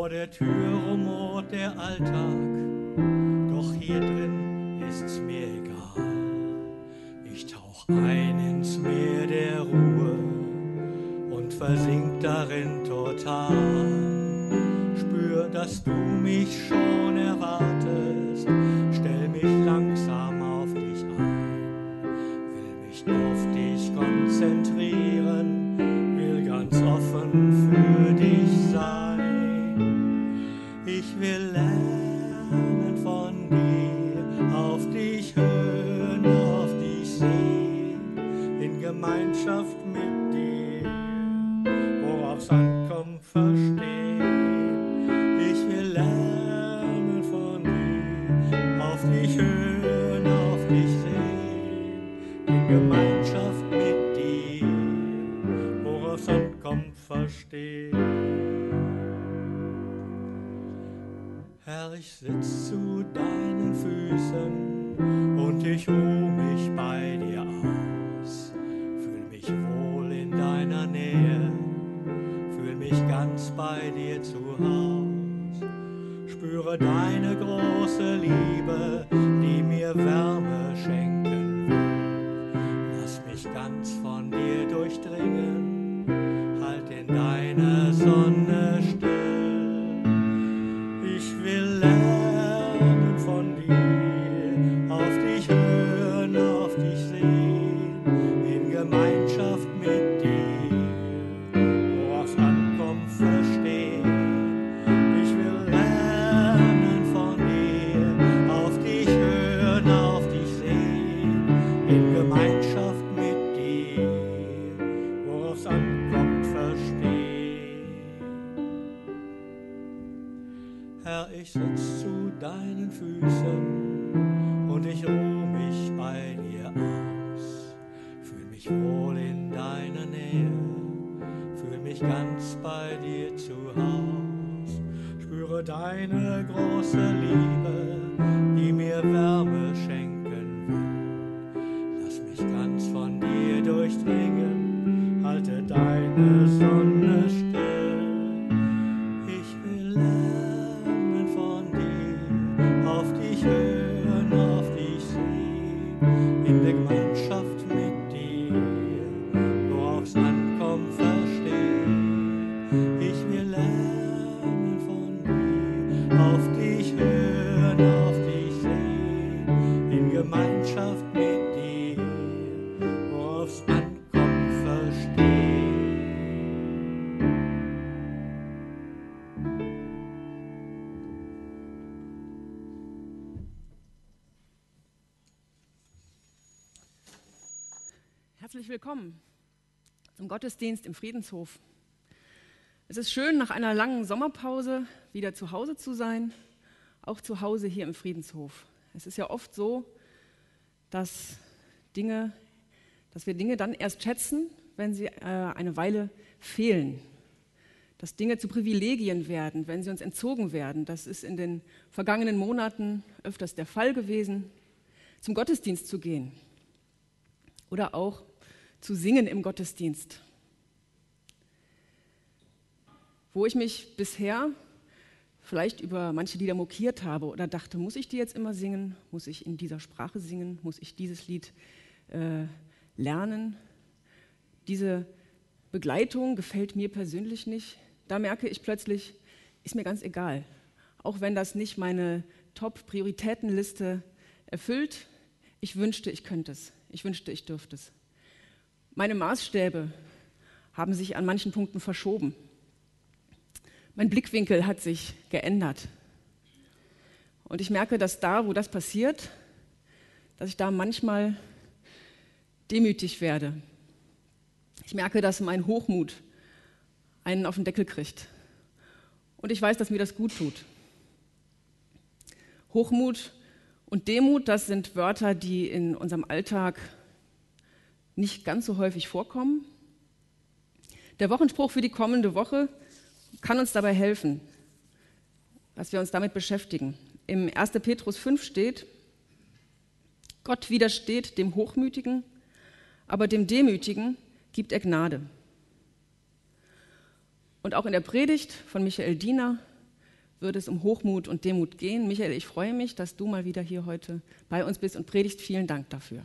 Vor der Tür rumort der Alltag, doch hier drin ist's mir egal. Ich tauch ein ins Meer der Ruhe und versink darin total. Spür, dass du mich schon erwartest, stell mich langsam auf dich ein, will mich auf dich konzentrieren, will ganz offen für dich sein. Ich will lernen von dir, auf dich hören, auf dich sehen, in Gemeinschaft mit dir, worauf's ankommt, verstehen. Ich will lernen von dir, auf dich hören, auf dich sehen, in Gemeinschaft mit dir, worauf's ankommt, verstehen. Herr, ich sitz zu deinen Füßen und ich ruh mich bei dir aus. Fühl mich wohl in deiner Nähe, fühl mich ganz bei dir zu Haus. Spüre deine große Liebe, die mir Wärme schenken will. Lass mich ganz von dir durchdringen, halt in deiner Sonne still. Ich will lernen von dir, auf dich hören, auf dich sehen, in Gemeinschaft mit dir, worauf's ankommt, verstehen. Ich will lernen von dir, auf dich hören, auf dich sehen, in Gemeinschaft mit dir, worauf's ankommt, verstehen. Herr, ich sitz zu deinen Füßen und ich ruh mich bei dir aus. Fühl mich wohl in deiner Nähe, fühl mich ganz bei dir zu Haus. Spüre deine große Liebe, die mir Wärme schenken will. Lass mich ganz von dir durchdringen, halte deine Sonne still. Ich will lernen von dir, auf dich hören, auf dich sehen, in der Gemeinschaft mit dir, worauf's ankommt, verstehen. Ich will lernen von dir, auf dich hören, auf dich sehen, in Gemeinschaft mit dir, worauf's ankommt, verstehen. Herzlich willkommen zum Gottesdienst im Friedenshof. Es ist schön, nach einer langen Sommerpause wieder zu Hause zu sein, auch zu Hause hier im Friedenshof. Es ist ja oft so, dass wir Dinge dann erst schätzen, wenn sie eine Weile fehlen. Dass Dinge zu Privilegien werden, wenn sie uns entzogen werden. Das ist in den vergangenen Monaten öfters der Fall gewesen. Zum Gottesdienst zu gehen oder auch zu singen im Gottesdienst. Wo ich mich bisher vielleicht über manche Lieder mokiert habe oder dachte, muss ich die jetzt immer singen? Muss ich in dieser Sprache singen? Muss ich dieses Lied lernen? Diese Begleitung gefällt mir persönlich nicht. Da merke ich plötzlich, ist mir ganz egal. Auch wenn das nicht meine Top-Prioritätenliste erfüllt, ich wünschte, ich könnte es. Ich wünschte, ich dürfte es. Meine Maßstäbe haben sich an manchen Punkten verschoben. Mein Blickwinkel hat sich geändert. Und ich merke, dass da, wo das passiert, dass ich da manchmal demütig werde. Ich merke, dass mein Hochmut einen auf den Deckel kriegt. Und ich weiß, dass mir das gut tut. Hochmut und Demut, das sind Wörter, die in unserem Alltag nicht ganz so häufig vorkommen. Der Wochenspruch für die kommende Woche kann uns dabei helfen, dass wir uns damit beschäftigen. Im 1. Petrus 5 steht: Gott widersteht dem Hochmütigen, aber dem Demütigen gibt er Gnade. Und auch in der Predigt von Michael Diener würde es um Hochmut und Demut gehen. Michael, ich freue mich, dass du mal wieder hier heute bei uns bist und predigst. Vielen Dank dafür.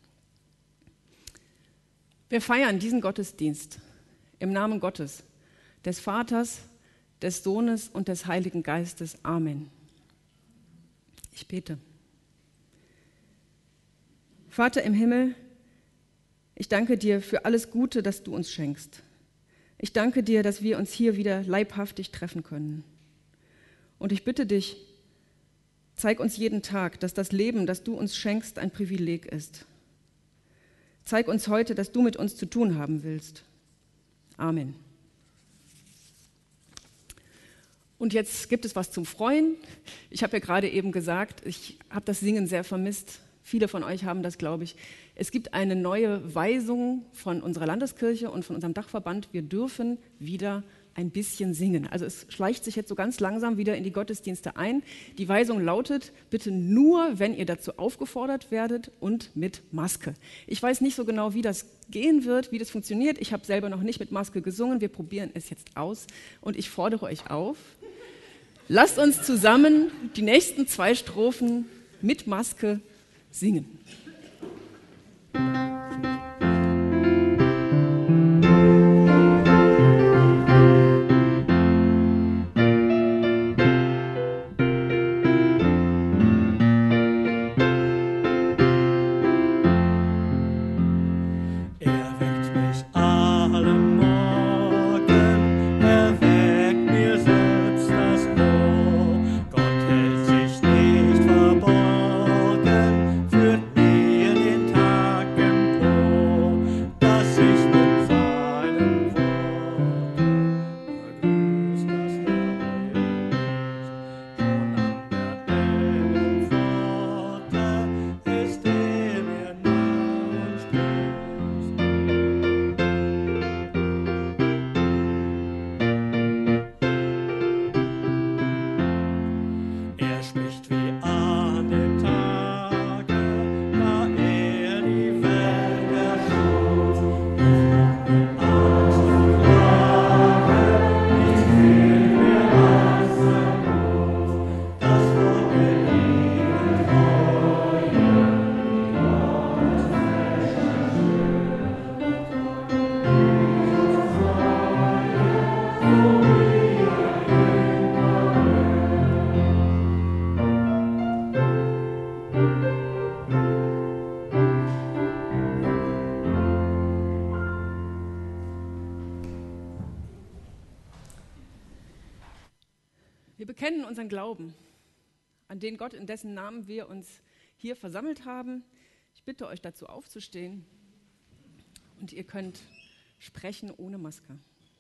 Wir feiern diesen Gottesdienst im Namen Gottes, des Vaters, des Sohnes und des Heiligen Geistes. Amen. Ich bete. Vater im Himmel, ich danke dir für alles Gute, das du uns schenkst. Ich danke dir, dass wir uns hier wieder leibhaftig treffen können. Und ich bitte dich, zeig uns jeden Tag, dass das Leben, das du uns schenkst, ein Privileg ist. Zeig uns heute, dass du mit uns zu tun haben willst. Amen. Und jetzt gibt es was zum Freuen. Ich habe ja gerade eben gesagt, ich habe das Singen sehr vermisst. Viele von euch haben das, glaube ich. Es gibt eine neue Weisung von unserer Landeskirche und von unserem Dachverband. Wir dürfen wieder ein bisschen singen. Also es schleicht sich jetzt so ganz langsam wieder in die Gottesdienste ein. Die Weisung lautet, bitte nur, wenn ihr dazu aufgefordert werdet und mit Maske. Ich weiß nicht so genau, wie das gehen wird, wie das funktioniert. Ich habe selber noch nicht mit Maske gesungen. Wir probieren es jetzt aus und ich fordere euch auf, lasst uns zusammen die nächsten 2 Strophen mit Maske singen. Wir bekennen unseren Glauben an den Gott, in dessen Namen wir uns hier versammelt haben. Ich bitte euch dazu aufzustehen und ihr könnt sprechen ohne Maske.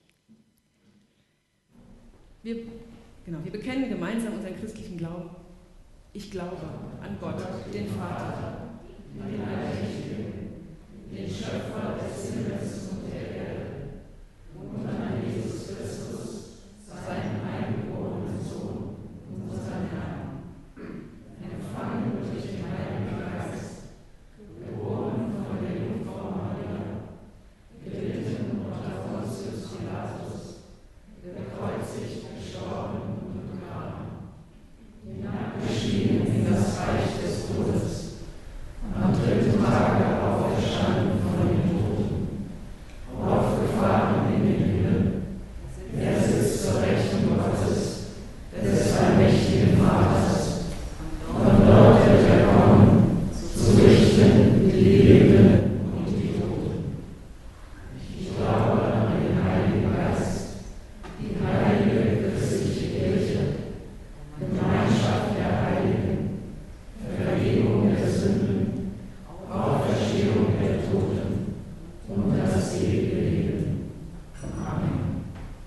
Wir bekennen gemeinsam unseren christlichen Glauben. Ich glaube an Gott, den Vater, den Allmächtigen, den Schöpfer des Himmels und der Erde und an Jesus Christus, seinen eingeborenen Sohn, unseren Herrn, empfangen durch den Heiligen Geist, geboren von der Jungfrau Maria, gelitten unter Pontius Pilatus, gekreuzigt, gestorben und begraben, hinabgestiegen in das Reich des Todes, am 3. Tage auferstanden von den Toten, aufgefahren in den Himmel, er sitzt zur Rechten Gottes, des allmächtigen Vaters, von dort wird er kommen, zu richten die Lebenden und die Toten. Ich glaube an den Heiligen Geist, die heilige christliche Kirche, Gemeinschaft der Heiligen, Vergebung der Sünden, Auferstehung der Toten und das ewige Leben. Amen.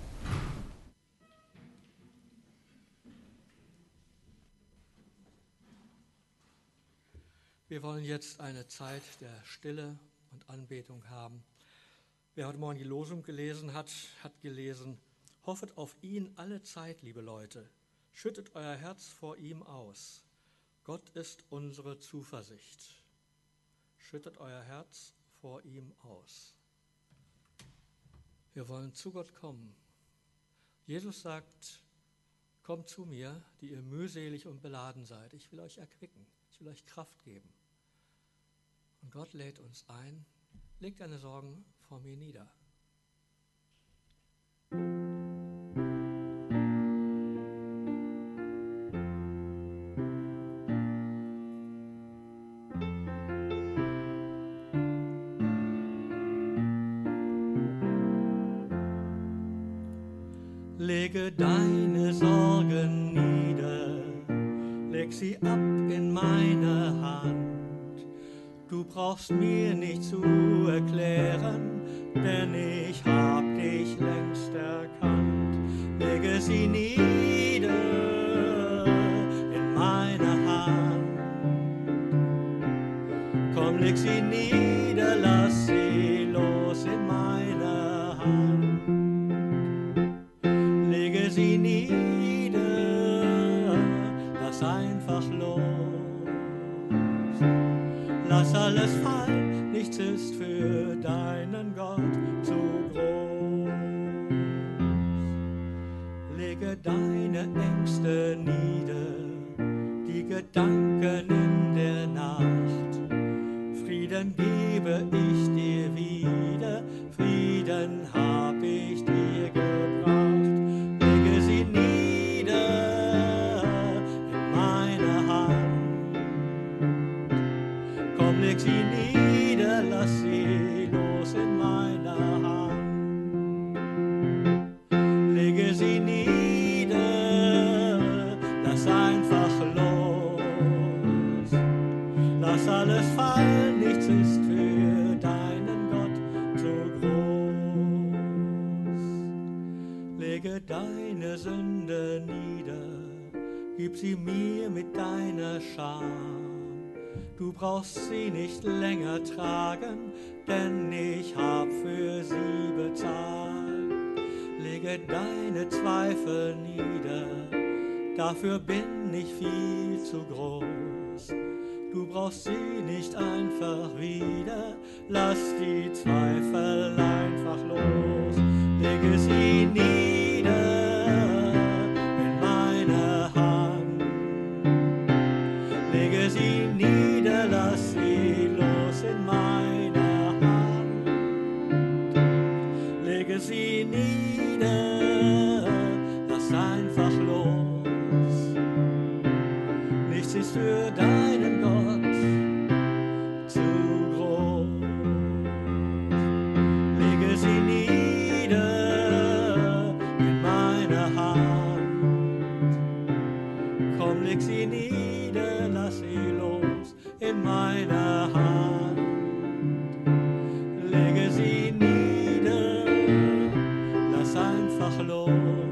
Wir wollen jetzt eine Zeit der Stille und Anbetung haben. Wer heute Morgen die Losung gelesen hat, hat gelesen: Hoffet auf ihn alle Zeit, liebe Leute. Schüttet euer Herz vor ihm aus. Gott ist unsere Zuversicht. Schüttet euer Herz vor ihm aus. Wir wollen zu Gott kommen. Jesus sagt, Kommt zu mir, die ihr mühselig und beladen seid. Ich will euch erquicken, ich will euch Kraft geben. Und Gott lädt uns ein, legt deine Sorgen vor mir nieder. Lege deine Sorgen nieder, leg sie ab in meine Hand. Du brauchst mir nicht zu erklären, denn ich hab dich längst erkannt. Lege sie nieder in meine Hand. Komm, leg sie nieder, lass sie los in meine Hand. Sie nieder, lass einfach los. Lass alles fallen, nichts ist für deinen Gott zu groß. Lege deine Ängste nieder, die Gedanken in der Nacht. Frieden gebe ich dir wieder, Frieden hab ich dir gebracht. Leg sie nieder, lass sie los in meiner Hand. Lege sie nieder, lass einfach los. Lass alles fallen, nichts ist für deinen Gott zu groß. Lege deine Sünde nieder, gib sie mir mit deiner Scham. Du brauchst sie nicht länger tragen, denn ich hab für sie bezahlt. Lege deine Zweifel nieder, dafür bin ich viel zu groß. Du brauchst sie nicht einfach wieder, lass die Zweifel einfach los. Lege sie nieder in meine Hand. Lege sie nieder, lass sie los in meiner Hand. Lege sie nieder, lass einfach los. Nichts ist für deinen Gott zu groß. Lege sie nieder in meine Hand. Komm, leg sie nieder, lass sie los in meiner Hand. Lege sie nieder, lass einfach los.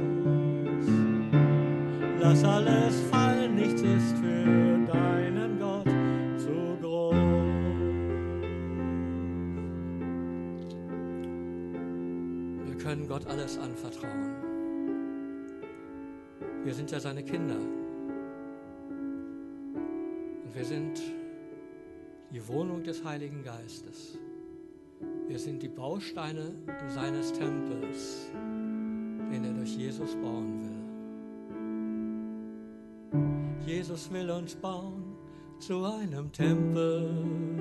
Lass alles fallen, nichts ist für deinen Gott zu groß. Wir können Gott alles anvertrauen. Wir sind ja seine Kinder. Und wir sind die Wohnung des Heiligen Geistes. Wir sind die Bausteine seines Tempels, den er durch Jesus bauen will. Jesus will uns bauen zu einem Tempel,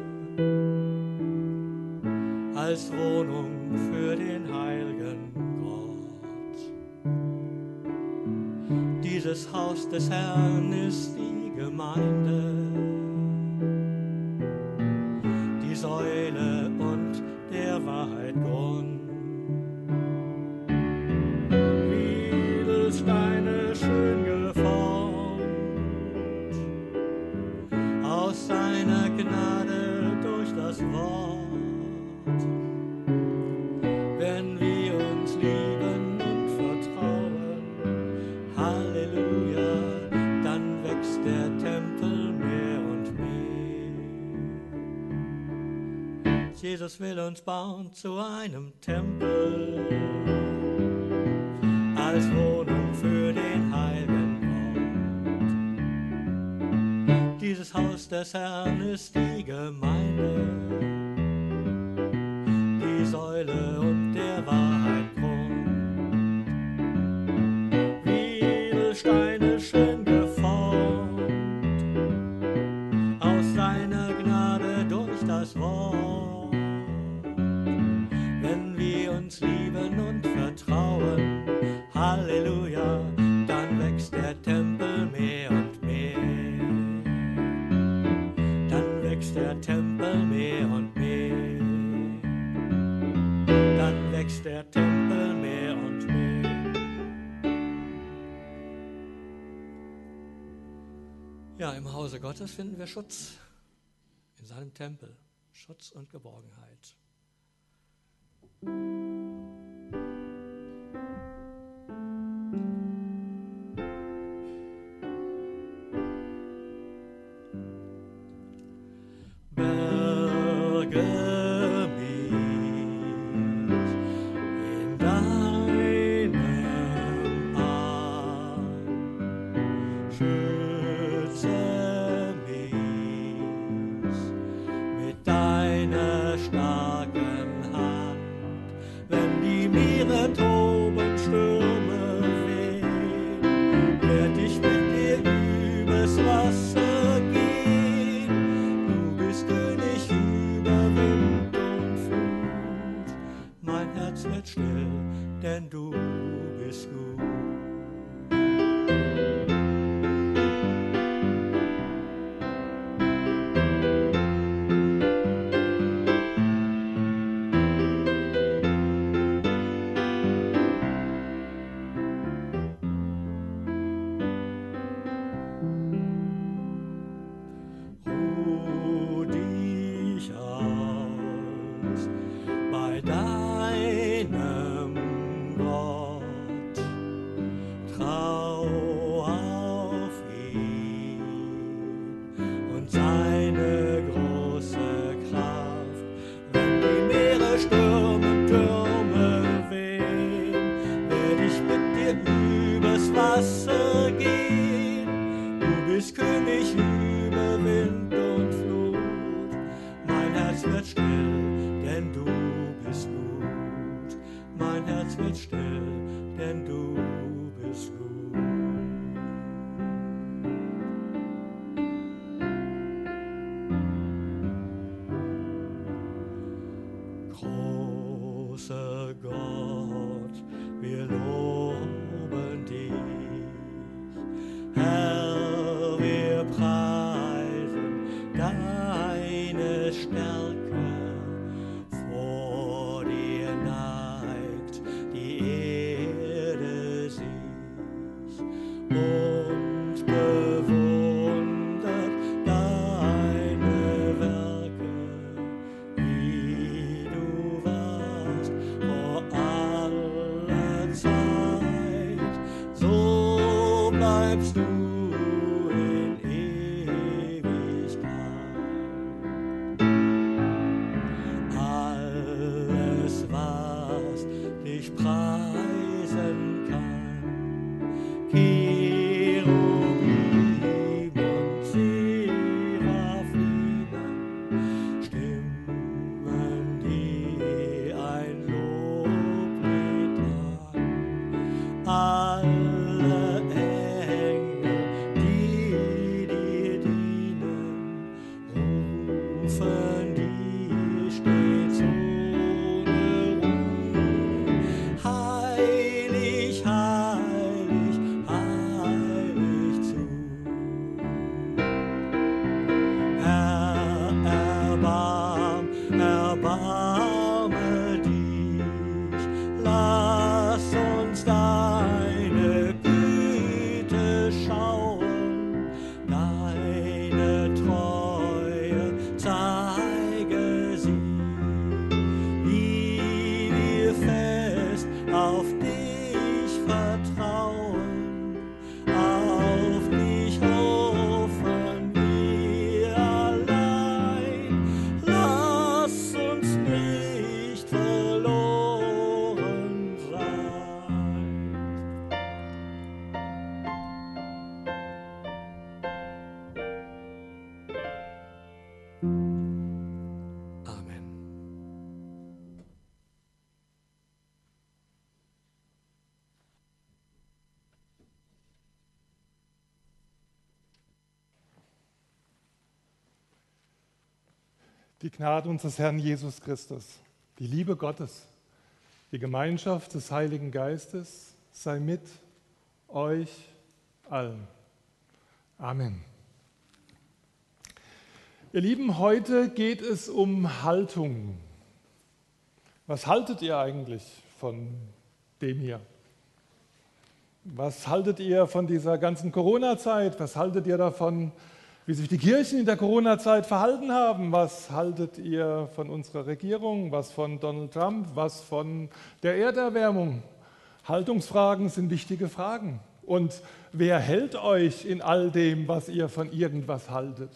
als Wohnung für den heiligen Gott. Dieses Haus des Herrn ist die Gemeinde, die Säule und der Wahrheit Grund. Edelsteine schön geformt, aus seiner Gnade durch das Wort. Wenn wir uns lieben und vertrauen, Halleluja, dann wächst der Tempel mehr und mehr. Jesus will uns bauen zu einem Tempel, als Wohnung für den heiligen Gott. Dieses Haus des Herrn ist die Gemeinde, die Säule und der Wahrheit Grund. Wie Edelsteine uns lieben und vertrauen. Halleluja, dann wächst der Tempel mehr und mehr. Dann wächst der Tempel mehr und mehr. Dann wächst der Tempel mehr und mehr. Ja, im Hause Gottes finden wir Schutz, in seinem Tempel, Schutz und Geborgenheit. Berge mich in deinem Arm, schütze mich mit deiner starken Hand, wenn die Meere toben, Stürme wehen, werd ich mit dir übers Wasser gehen. Du bist König über Wind und Flut, mein Herz wird still, denn du bist gut. Ruh dich aus bei deinem Gott, trau auf ihn und seine große Kraft. Wenn die Meere stürmen, Türme wehen, werd ich mit dir übers Wasser gehen. Du bist König über Wind und Flut, mein Herz wird still, denn du bist gut. Mein Herz wird still, denn du bist gut. Großer Gott, wir loben dich. Herr, wir preisen deine Stärke. Vor dir neigt die Erde sich und bewundert deine Werke, wie du warst vor aller Zeit, so bleibst du in Ewigkeit. Alles, was dich preisen kann, Cherubim und Seraphinen, stimmen dir ein Loblied an. Alle Engel, die dir dienen, rufen dir stets ohne Ruhe. Heilig, heilig, heilig zu. Herr, erbarme dich, lass uns deine Güte schauen, deine Treue zeige sie, wie wir fest auf dich vertrauen, auf dich hoffen wir allein. Lass uns nicht verloren sein. Amen. Die Gnade unseres Herrn Jesus Christus, die Liebe Gottes Die Gemeinschaft des Heiligen Geistes sei mit euch allen. Amen. Ihr Lieben, heute geht es um Haltung. Was haltet ihr eigentlich von dem hier? Was haltet ihr von dieser ganzen Corona-Zeit? Was haltet ihr davon, wie sich die Kirchen in der Corona-Zeit verhalten haben? Was haltet ihr von unserer Regierung? Was von Donald Trump? Was von der Erderwärmung? Haltungsfragen sind wichtige Fragen. Und wer hält euch in all dem, was ihr von irgendwas haltet?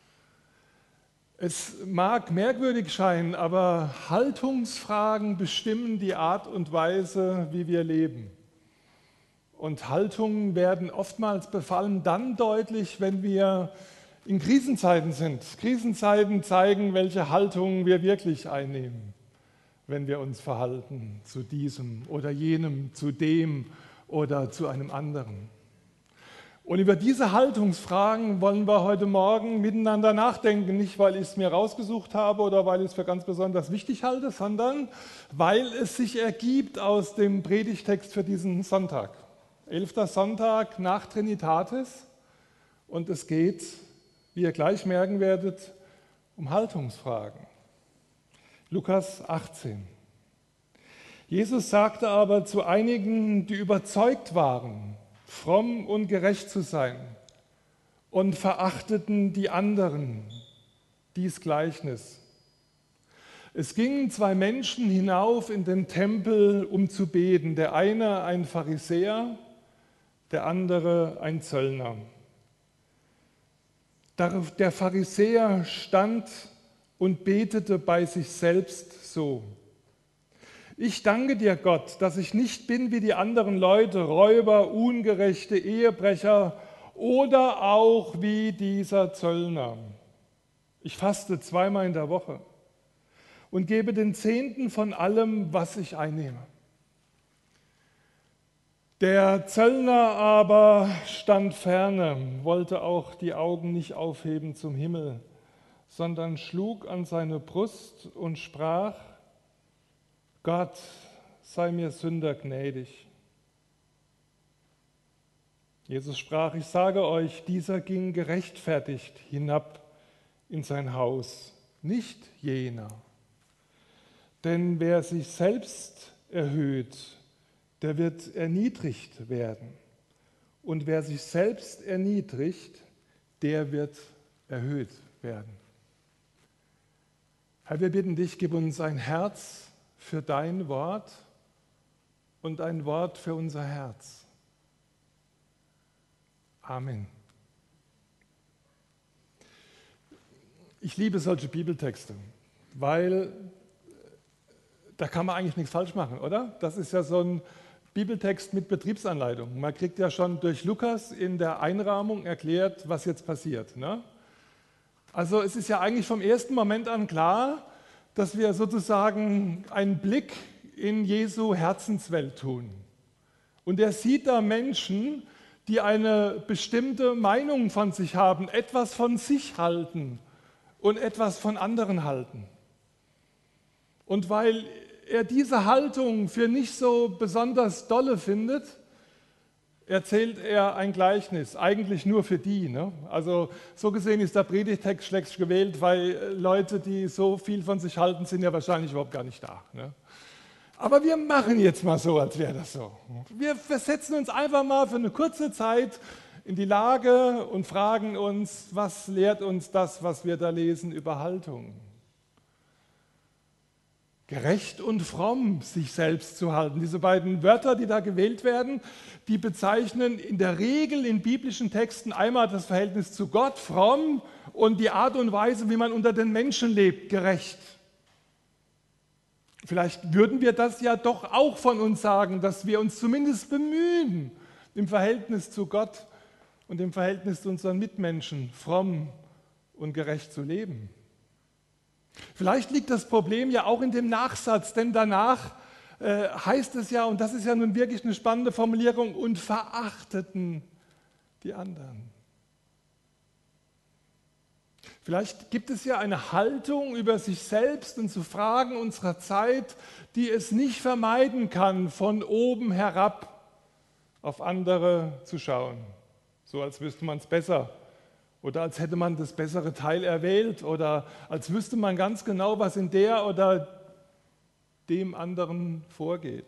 Es mag merkwürdig scheinen, aber Haltungsfragen bestimmen die Art und Weise, wie wir leben. Und Haltungen werden oftmals vor allem dann deutlich, wenn wir in Krisenzeiten sind. Krisenzeiten zeigen, welche Haltungen wir wirklich einnehmen, wenn wir uns verhalten zu diesem oder jenem, zu dem oder zu einem anderen. Und über diese Haltungsfragen wollen wir heute Morgen miteinander nachdenken, nicht weil ich es mir rausgesucht habe oder weil ich es für ganz besonders wichtig halte, sondern weil es sich ergibt aus dem Predigtext für diesen Sonntag. 11. Sonntag nach Trinitatis, und es geht, wie ihr gleich merken werdet, um Haltungsfragen. Lukas 18. Jesus sagte aber zu einigen, die überzeugt waren, fromm und gerecht zu sein, und verachteten die anderen, dies Gleichnis. Es gingen zwei Menschen hinauf in den Tempel, um zu beten, der eine ein Pharisäer, der andere ein Zöllner. Der Pharisäer stand und betete bei sich selbst so: Ich danke dir, Gott, dass ich nicht bin wie die anderen Leute, Räuber, Ungerechte, Ehebrecher oder auch wie dieser Zöllner. Ich faste 2-mal in der Woche und gebe den Zehnten von allem, was ich einnehme. Der Zöllner aber stand ferne, wollte auch die Augen nicht aufheben zum Himmel, sondern schlug an seine Brust und sprach: Gott, sei mir Sünder gnädig. Jesus sprach: Ich sage euch, dieser ging gerechtfertigt hinab in sein Haus, nicht jener. Denn wer sich selbst erhöht, der wird erniedrigt werden. Und wer sich selbst erniedrigt, der wird erhöht werden. Herr, wir bitten dich, gib uns ein Herz für dein Wort und ein Wort für unser Herz. Amen. Ich liebe solche Bibeltexte, weil da kann man eigentlich nichts falsch machen, oder? Das ist ja so ein Bibeltext mit Betriebsanleitung. Man kriegt ja schon durch Lukas in der Einrahmung erklärt, was jetzt passiert, ne? Also es ist ja eigentlich vom ersten Moment an klar, dass wir sozusagen einen Blick in Jesu Herzenswelt tun. Und er sieht da Menschen, die eine bestimmte Meinung von sich haben, etwas von sich halten und etwas von anderen halten. Und weil er diese Haltung für nicht so besonders dolle findet, erzählt er ein Gleichnis, eigentlich nur für die. Ne? Also so gesehen ist der Predigtext schlecht gewählt, weil Leute, die so viel von sich halten, sind ja wahrscheinlich überhaupt gar nicht da. Ne? Aber wir machen jetzt mal so, als wäre das so. Wir versetzen uns einfach mal für eine kurze Zeit in die Lage und fragen uns, was lehrt uns das, was wir da lesen, über Haltung? Gerecht und fromm sich selbst zu halten. Diese beiden Wörter, die da gewählt werden, die bezeichnen in der Regel in biblischen Texten einmal das Verhältnis zu Gott, fromm, und die Art und Weise, wie man unter den Menschen lebt, gerecht. Vielleicht würden wir das ja doch auch von uns sagen, dass wir uns zumindest bemühen, im Verhältnis zu Gott und im Verhältnis zu unseren Mitmenschen fromm und gerecht zu leben. Vielleicht liegt das Problem ja auch in dem Nachsatz, denn danach heißt es ja, und das ist ja nun wirklich eine spannende Formulierung, und verachteten die anderen. Vielleicht gibt es ja eine Haltung über sich selbst und zu Fragen unserer Zeit, die es nicht vermeiden kann, von oben herab auf andere zu schauen. So als wüsste man es besser oder als hätte man das bessere Teil erwählt oder als wüsste man ganz genau, was in der oder dem anderen vorgeht.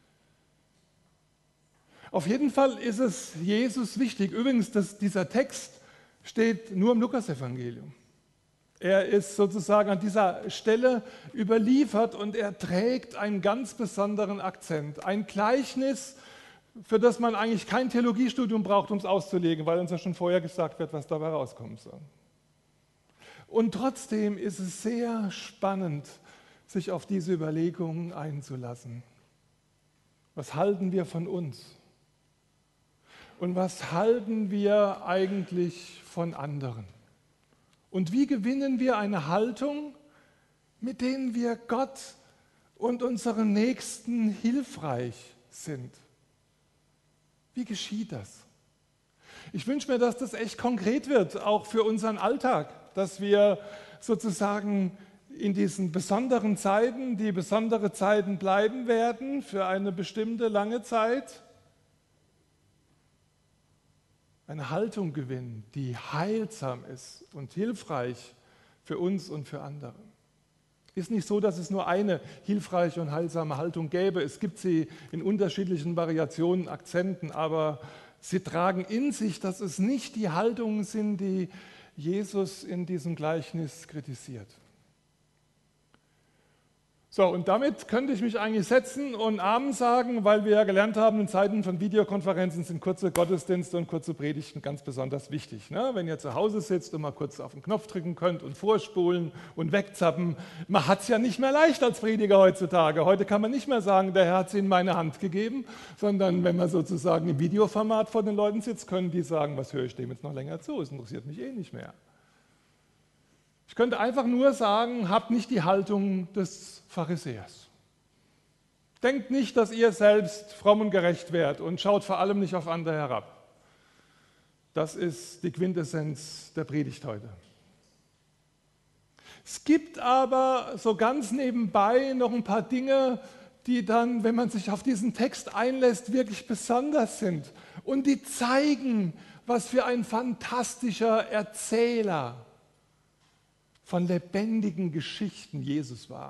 Auf jeden Fall ist es Jesus wichtig. Übrigens, dieser Text steht nur im Lukasevangelium. Er ist sozusagen an dieser Stelle überliefert und er trägt einen ganz besonderen Akzent. Ein Gleichnis, für das man eigentlich kein Theologiestudium braucht, um es auszulegen, weil uns ja schon vorher gesagt wird, was dabei rauskommen soll. Und trotzdem ist es sehr spannend, sich auf diese Überlegungen einzulassen. Was halten wir von uns? Und was halten wir eigentlich von anderen? Und wie gewinnen wir eine Haltung, mit denen wir Gott und unseren Nächsten hilfreich sind? Wie geschieht das? Ich wünsche mir, dass das echt konkret wird, auch für unseren Alltag, dass wir sozusagen in diesen besonderen Zeiten, die besondere Zeiten bleiben werden, für eine bestimmte lange Zeit, eine Haltung gewinnen, die heilsam ist und hilfreich für uns und für andere. Ist nicht so, dass es nur eine hilfreiche und heilsame Haltung gäbe. Es gibt sie in unterschiedlichen Variationen, Akzenten, aber sie tragen in sich, dass es nicht die Haltungen sind, die Jesus in diesem Gleichnis kritisiert. So, und damit könnte ich mich eigentlich setzen und Amen sagen, weil wir ja gelernt haben, in Zeiten von Videokonferenzen sind kurze Gottesdienste und kurze Predigten ganz besonders wichtig. Ne? Wenn ihr zu Hause sitzt und mal kurz auf den Knopf drücken könnt und vorspulen und wegzappen, man hat es ja nicht mehr leicht als Prediger heutzutage. Heute kann man nicht mehr sagen, der Herr hat es in meine Hand gegeben, sondern wenn man sozusagen im Videoformat vor den Leuten sitzt, können die sagen, was höre ich dem jetzt noch länger zu, es interessiert mich eh nicht mehr. Ich könnte einfach nur sagen, habt nicht die Haltung des Pharisäers. Denkt nicht, dass ihr selbst fromm und gerecht wärt und schaut vor allem nicht auf andere herab. Das ist die Quintessenz der Predigt heute. Es gibt aber so ganz nebenbei noch ein paar Dinge, die dann, wenn man sich auf diesen Text einlässt, wirklich besonders sind. Und die zeigen, was für ein fantastischer Erzähler von lebendigen Geschichten Jesus war.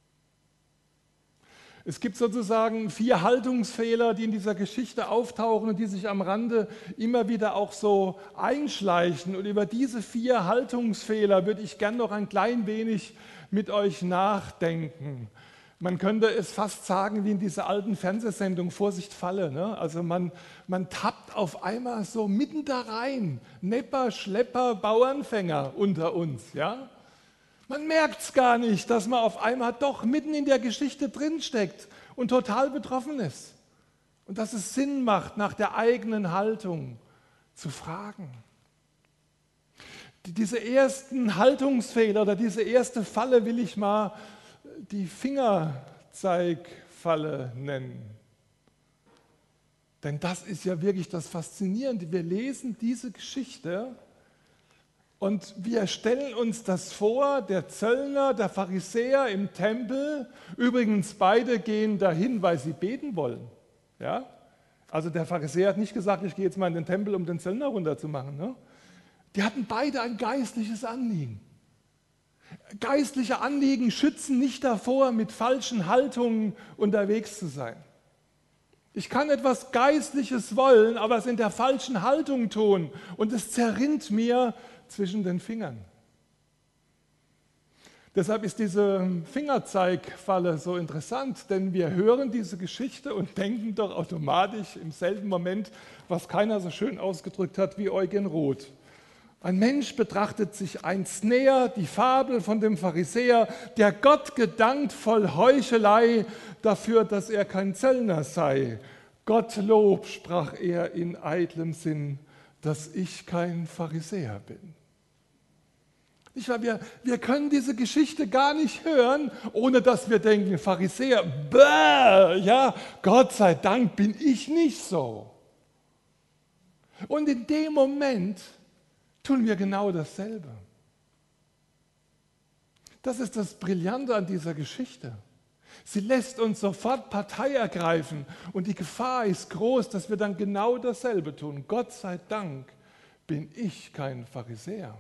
Es gibt sozusagen 4 Haltungsfehler, die in dieser Geschichte auftauchen und die sich am Rande immer wieder auch so einschleichen. Und über diese 4 Haltungsfehler würde ich gern noch ein klein wenig mit euch nachdenken. Man könnte es fast sagen wie in dieser alten Fernsehsendung Vorsicht Falle. Ne? Also man tappt auf einmal so mitten da rein. Nepper, Schlepper, Bauernfänger unter uns. Ja? Man merkt es gar nicht, dass man auf einmal doch mitten in der Geschichte drinsteckt und total betroffen ist. Und dass es Sinn macht, nach der eigenen Haltung zu fragen. Diese ersten Haltungsfehler oder diese erste Falle will ich mal die Fingerzeigfalle nennen. Denn das ist ja wirklich das Faszinierende. Wir lesen diese Geschichte und wir stellen uns das vor, der Zöllner, der Pharisäer im Tempel, übrigens beide gehen dahin, weil sie beten wollen. Ja? Also der Pharisäer hat nicht gesagt, ich gehe jetzt mal in den Tempel, um den Zöllner runterzumachen. Ne? Die hatten beide ein geistliches Anliegen. Geistliche Anliegen schützen nicht davor, mit falschen Haltungen unterwegs zu sein. Ich kann etwas Geistliches wollen, aber es in der falschen Haltung tun und es zerrinnt mir zwischen den Fingern. Deshalb ist diese Fingerzeigfalle so interessant, denn wir hören diese Geschichte und denken doch automatisch im selben Moment, was keiner so schön ausgedrückt hat wie Eugen Roth. Ein Mensch betrachtet sich einst näher, die Fabel von dem Pharisäer, der Gott gedankt voll Heuchelei dafür, dass er kein Zöllner sei. Gottlob, sprach er in eitlem Sinn, dass ich kein Pharisäer bin. Wir können diese Geschichte gar nicht hören, ohne dass wir denken, Pharisäer, bäh, ja, Gott sei Dank bin ich nicht so. Und in dem Moment tun wir genau dasselbe. Das ist das Brillante an dieser Geschichte. Sie lässt uns sofort Partei ergreifen und die Gefahr ist groß, dass wir dann genau dasselbe tun. Gott sei Dank bin ich kein Pharisäer.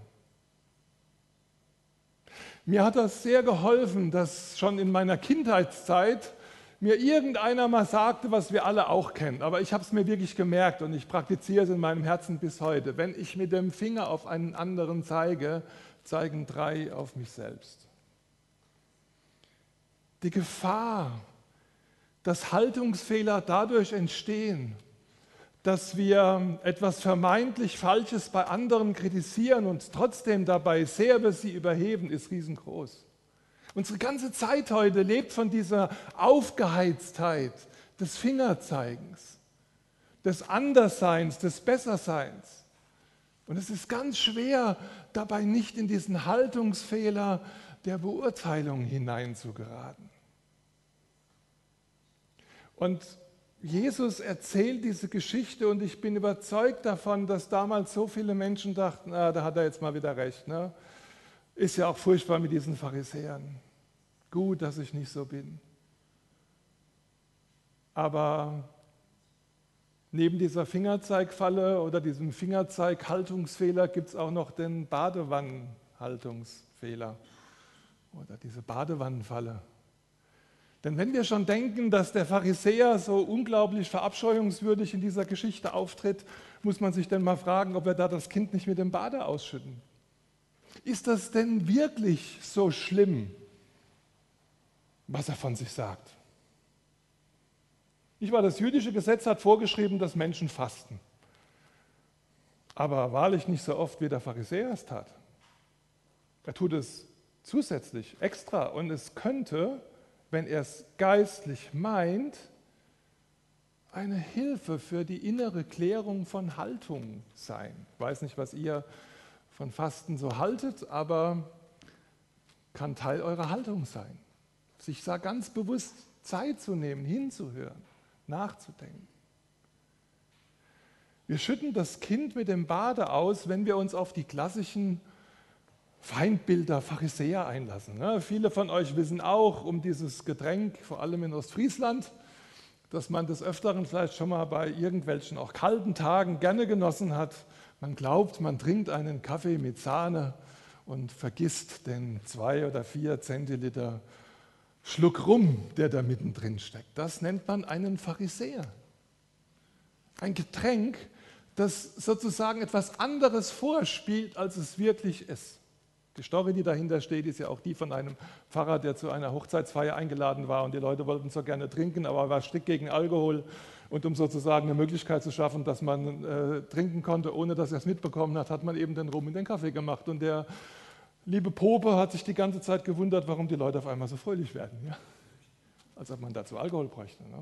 Mir hat das sehr geholfen, dass schon in meiner Kindheitszeit mir irgendeiner mal sagte, was wir alle auch kennen. Aber ich habe es mir wirklich gemerkt und ich praktiziere es in meinem Herzen bis heute. Wenn ich mit dem Finger auf einen anderen zeige, zeigen 3 auf mich selbst. Die Gefahr, dass Haltungsfehler dadurch entstehen, dass wir etwas vermeintlich Falsches bei anderen kritisieren und trotzdem dabei sehr über sie überheben, ist riesengroß. Unsere ganze Zeit heute lebt von dieser Aufgeheiztheit des Fingerzeigens, des Andersseins, des Besserseins. Und es ist ganz schwer, dabei nicht in diesen Haltungsfehler der Beurteilung hineinzugeraten. Und Jesus erzählt diese Geschichte und ich bin überzeugt davon, dass damals so viele Menschen dachten, da hat er jetzt mal wieder recht. Ne? Ist ja auch furchtbar mit diesen Pharisäern. Gut, dass ich nicht so bin. Aber neben dieser Fingerzeigfalle oder diesem Fingerzeighaltungsfehler gibt es auch noch den Badewannenhaltungsfehler oder diese Badewannenfalle. Denn wenn wir schon denken, dass der Pharisäer so unglaublich verabscheuungswürdig in dieser Geschichte auftritt, muss man sich denn mal fragen, ob wir da das Kind nicht mit dem Bade ausschütten. Ist das denn wirklich so schlimm, was er von sich sagt? Das jüdische Gesetz hat vorgeschrieben, dass Menschen fasten. Aber wahrlich nicht so oft, wie der Pharisäer es tat. Er tut es zusätzlich, extra. Und es könnte, wenn er es geistlich meint, eine Hilfe für die innere Klärung von Haltung sein. Ich weiß nicht, was ihr von Fasten so haltet, aber kann Teil eurer Haltung sein. Sich da ganz bewusst Zeit zu nehmen, hinzuhören, nachzudenken. Wir schütten das Kind mit dem Bade aus, wenn wir uns auf die klassischen Feindbilder Pharisäer einlassen. Viele von euch wissen auch um dieses Getränk, vor allem in Ostfriesland, dass man des Öfteren vielleicht schon mal bei irgendwelchen auch kalten Tagen gerne genossen hat. Man glaubt, man trinkt einen Kaffee mit Sahne und vergisst den 2 oder 4 Zentiliter Schluck Rum, der da mittendrin steckt. Das nennt man einen Pharisäer. Ein Getränk, das sozusagen etwas anderes vorspielt, als es wirklich ist. Die Story, die dahinter steht, ist ja auch die von einem Pfarrer, der zu einer Hochzeitsfeier eingeladen war und die Leute wollten so gerne trinken, aber er war strikt gegen Alkohol und um sozusagen eine Möglichkeit zu schaffen, dass man trinken konnte, ohne dass er es mitbekommen hat, hat man eben den Rum in den Kaffee gemacht und der liebe Pope hat sich die ganze Zeit gewundert, warum die Leute auf einmal so fröhlich werden, ja? Als ob man dazu Alkohol bräuchte. Ne?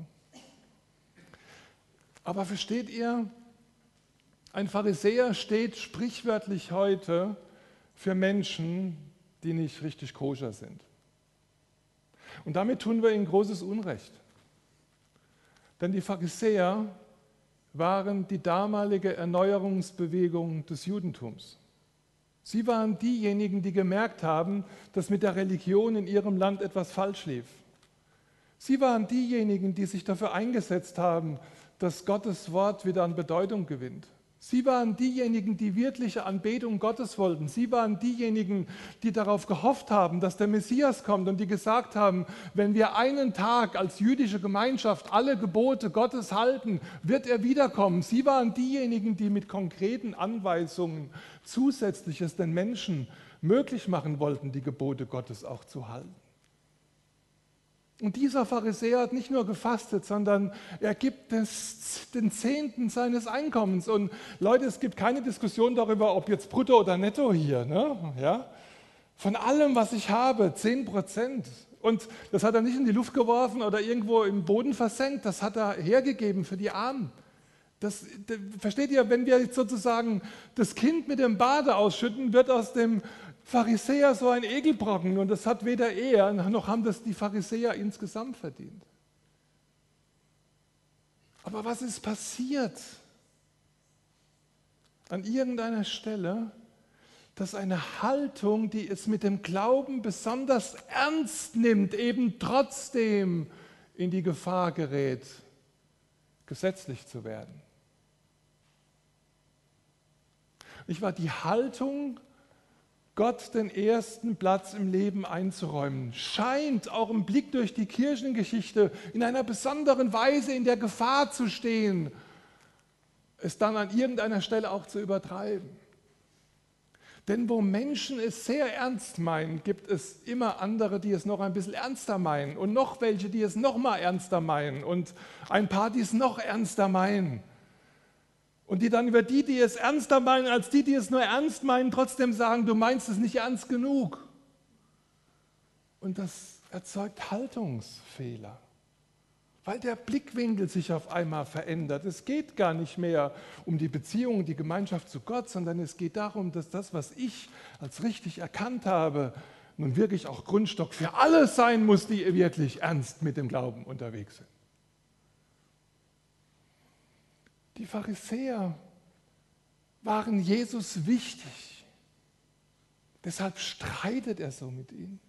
Aber versteht ihr, ein Pharisäer steht sprichwörtlich heute für Menschen, die nicht richtig koscher sind. Und damit tun wir ihnen großes Unrecht. Denn die Pharisäer waren die damalige Erneuerungsbewegung des Judentums. Sie waren diejenigen, die gemerkt haben, dass mit der Religion in ihrem Land etwas falsch lief. Sie waren diejenigen, die sich dafür eingesetzt haben, dass Gottes Wort wieder an Bedeutung gewinnt. Sie waren diejenigen, die wirkliche Anbetung Gottes wollten. Sie waren diejenigen, die darauf gehofft haben, dass der Messias kommt und die gesagt haben, wenn wir einen Tag als jüdische Gemeinschaft alle Gebote Gottes halten, wird er wiederkommen. Sie waren diejenigen, die mit konkreten Anweisungen Zusätzliches den Menschen möglich machen wollten, die Gebote Gottes auch zu halten. Und dieser Pharisäer hat nicht nur gefastet, sondern er gibt den Zehnten seines Einkommens. Und Leute, es gibt keine Diskussion darüber, ob jetzt brutto oder netto hier. Ne? Ja? Von allem, was ich habe, 10%. Und das hat er nicht in die Luft geworfen oder irgendwo im Boden versenkt, das hat er hergegeben für die Armen. Versteht ihr, wenn wir jetzt sozusagen das Kind mit dem Bade ausschütten, wird aus dem Pharisäer so ein Ekelbrocken und das hat weder er noch haben das die Pharisäer insgesamt verdient. Aber was ist passiert? An irgendeiner Stelle dass eine Haltung, die es mit dem Glauben besonders ernst nimmt, eben trotzdem in die Gefahr gerät, gesetzlich zu werden. Ich war die Haltung, Gott den ersten Platz im Leben einzuräumen, scheint auch im Blick durch die Kirchengeschichte in einer besonderen Weise in der Gefahr zu stehen, es dann an irgendeiner Stelle auch zu übertreiben. Denn wo Menschen es sehr ernst meinen, gibt es immer andere, die es noch ein bisschen ernster meinen und noch welche, die es noch mal ernster meinen und ein paar, die es noch ernster meinen. Und die dann über die es ernster meinen, als die es nur ernst meinen, trotzdem sagen, du meinst es nicht ernst genug. Und das erzeugt Haltungsfehler, weil der Blickwinkel sich auf einmal verändert. Es geht gar nicht mehr um die Beziehung, die Gemeinschaft zu Gott, sondern es geht darum, dass das, was ich als richtig erkannt habe, nun wirklich auch Grundstock für alle sein muss, die wirklich ernst mit dem Glauben unterwegs sind. Die Pharisäer waren Jesus wichtig. Deshalb streitet er so mit ihnen.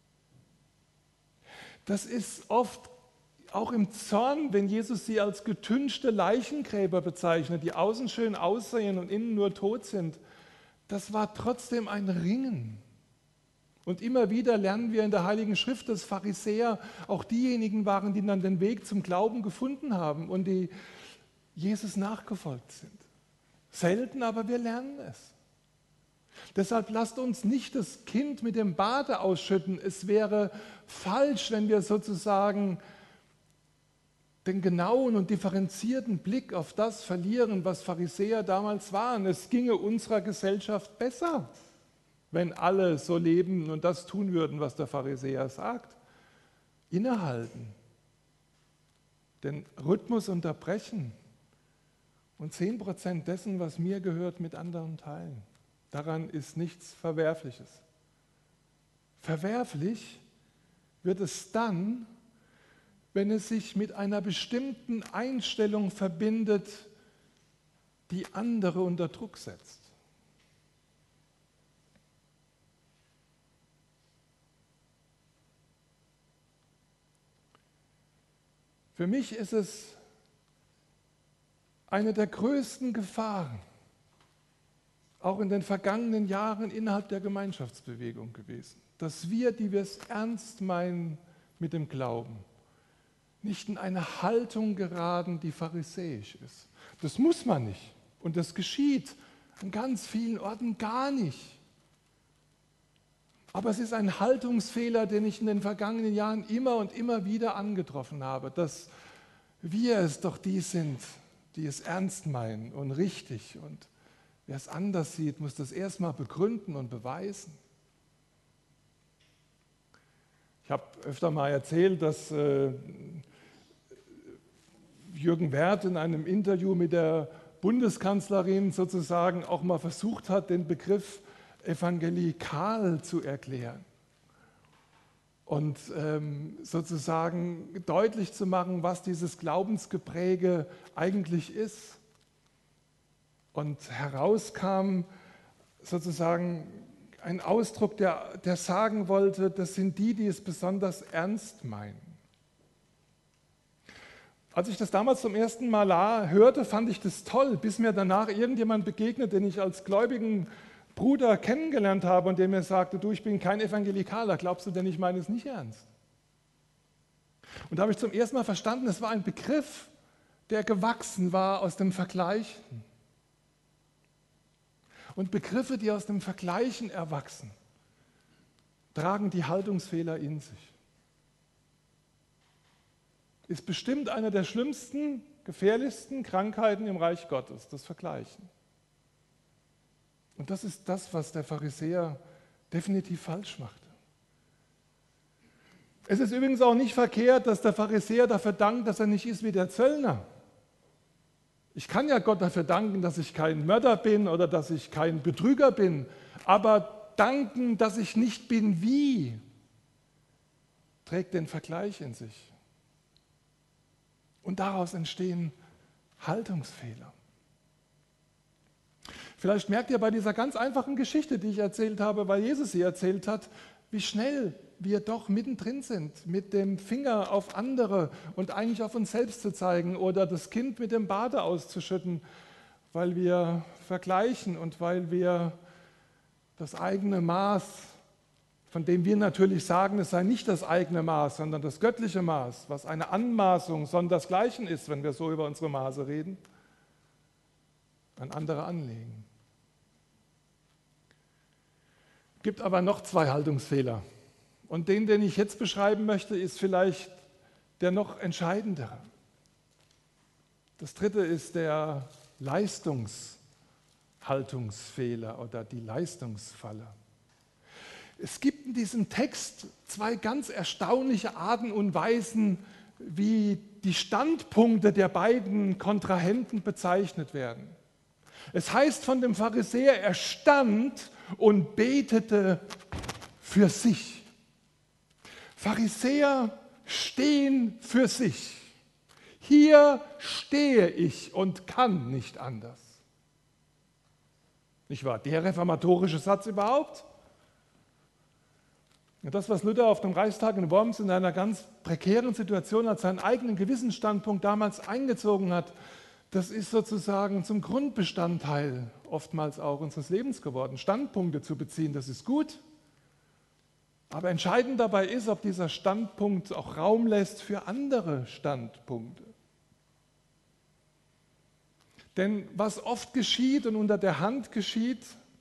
Das ist oft auch im Zorn, wenn Jesus sie als getünchte Leichengräber bezeichnet, die außen schön aussehen und innen nur tot sind. Das war trotzdem ein Ringen. Und immer wieder lernen wir in der Heiligen Schrift, dass Pharisäer auch diejenigen waren, die dann den Weg zum Glauben gefunden haben und die Jesus nachgefolgt sind. Selten, aber wir lernen es. Deshalb lasst uns nicht das Kind mit dem Bade ausschütten. Es wäre falsch, wenn wir sozusagen den genauen und differenzierten Blick auf das verlieren, was Pharisäer damals waren. Es ginge unserer Gesellschaft besser, wenn alle so leben und das tun würden, was der Pharisäer sagt. Innehalten, den Rhythmus unterbrechen und 10% dessen, was mir gehört, mit anderen teilen. Daran ist nichts Verwerfliches. Verwerflich wird es dann, wenn es sich mit einer bestimmten Einstellung verbindet, die andere unter Druck setzt. Für mich ist es eine der größten Gefahren, auch in den vergangenen Jahren innerhalb der Gemeinschaftsbewegung gewesen, dass wir, die wir es ernst meinen mit dem Glauben, nicht in eine Haltung geraten, die pharisäisch ist. Das muss man nicht und das geschieht an ganz vielen Orten gar nicht. Aber es ist ein Haltungsfehler, den ich in den vergangenen Jahren immer und immer wieder angetroffen habe, dass wir es doch die sind, die es ernst meinen und richtig. Und wer es anders sieht, muss das erstmal begründen und beweisen. Ich habe öfter mal erzählt, dass Jürgen Werth in einem Interview mit der Bundeskanzlerin sozusagen auch mal versucht hat, den Begriff evangelikal zu erklären und sozusagen deutlich zu machen, was dieses Glaubensgepräge eigentlich ist. Und herauskam sozusagen ein Ausdruck, der sagen wollte, das sind die, die es besonders ernst meinen. Als ich das damals zum ersten Mal hörte, fand ich das toll, bis mir danach irgendjemand begegnet, den ich als gläubigen Bruder kennengelernt habe und der mir sagte, du, ich bin kein Evangelikaler, glaubst du denn, ich meine es nicht ernst? Und da habe ich zum ersten Mal verstanden, es war ein Begriff, der gewachsen war aus dem Vergleichen. Und Begriffe, die aus dem Vergleichen erwachsen, tragen die Haltungsfehler in sich. Ist bestimmt eine der schlimmsten, gefährlichsten Krankheiten im Reich Gottes, das Vergleichen. Und das ist das, was der Pharisäer definitiv falsch machte. Es ist übrigens auch nicht verkehrt, dass der Pharisäer dafür dankt, dass er nicht ist wie der Zöllner. Ich kann ja Gott dafür danken, dass ich kein Mörder bin oder dass ich kein Betrüger bin, aber danken, dass ich nicht bin wie, trägt den Vergleich in sich. Und daraus entstehen Haltungsfehler. Vielleicht merkt ihr bei dieser ganz einfachen Geschichte, die ich erzählt habe, weil Jesus sie erzählt hat, wie schnell wir doch mittendrin sind, mit dem Finger auf andere und eigentlich auf uns selbst zu zeigen oder das Kind mit dem Bade auszuschütten, weil wir vergleichen und weil wir das eigene Maß, von dem wir natürlich sagen, es sei nicht das eigene Maß, sondern das göttliche Maß, was eine Anmaßung sondersgleichen ist, wenn wir so über unsere Maße reden, an andere anlegen. Es gibt aber noch 2 Haltungsfehler. Und den ich jetzt beschreiben möchte, ist vielleicht der noch entscheidendere. Das 3. ist der Leistungshaltungsfehler oder die Leistungsfalle. Es gibt in diesem Text 2 ganz erstaunliche Arten und Weisen, wie die Standpunkte der beiden Kontrahenten bezeichnet werden. Es heißt von dem Pharisäer, er stand und betete für sich. Pharisäer stehen für sich. Hier stehe ich und kann nicht anders. Nicht wahr? Der reformatorische Satz überhaupt? Das, was Luther auf dem Reichstag in Worms in einer ganz prekären Situation als seinen eigenen Gewissensstandpunkt damals eingezogen hat, das ist sozusagen zum Grundbestandteil oftmals auch unseres Lebens geworden. Standpunkte zu beziehen, das ist gut. Aber entscheidend dabei ist, ob dieser Standpunkt auch Raum lässt für andere Standpunkte. Denn was oft geschieht und unter der Hand geschieht,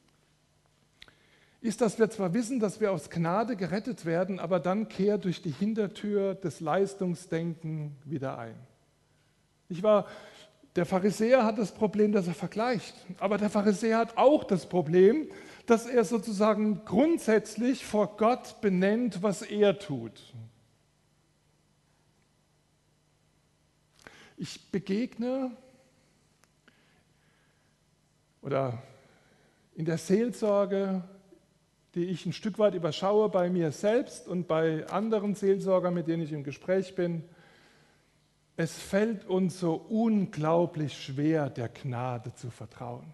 ist, dass wir zwar wissen, dass wir aus Gnade gerettet werden, aber dann kehrt durch die Hintertür des Leistungsdenken wieder ein. Nicht wahr? Der Pharisäer hat das Problem, dass er vergleicht, aber der Pharisäer hat auch das Problem, dass er sozusagen grundsätzlich vor Gott benennt, was er tut. Ich begegne oder in der Seelsorge, die ich ein Stück weit überschaue bei mir selbst und bei anderen Seelsorgern, mit denen ich im Gespräch bin, es fällt uns so unglaublich schwer, der Gnade zu vertrauen.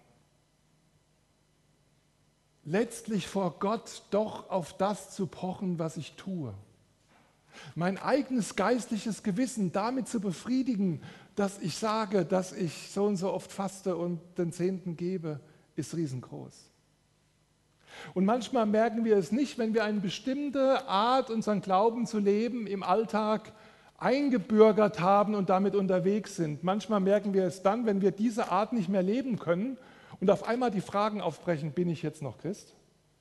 Letztlich vor Gott doch auf das zu pochen, was ich tue. Mein eigenes geistliches Gewissen damit zu befriedigen, dass ich sage, dass ich so und so oft faste und den Zehnten gebe, ist riesengroß. Und manchmal merken wir es nicht, wenn wir eine bestimmte Art, unseren Glauben zu leben, im Alltag eingebürgert haben und damit unterwegs sind. Manchmal merken wir es dann, wenn wir diese Art nicht mehr leben können und auf einmal die Fragen aufbrechen, bin ich jetzt noch Christ?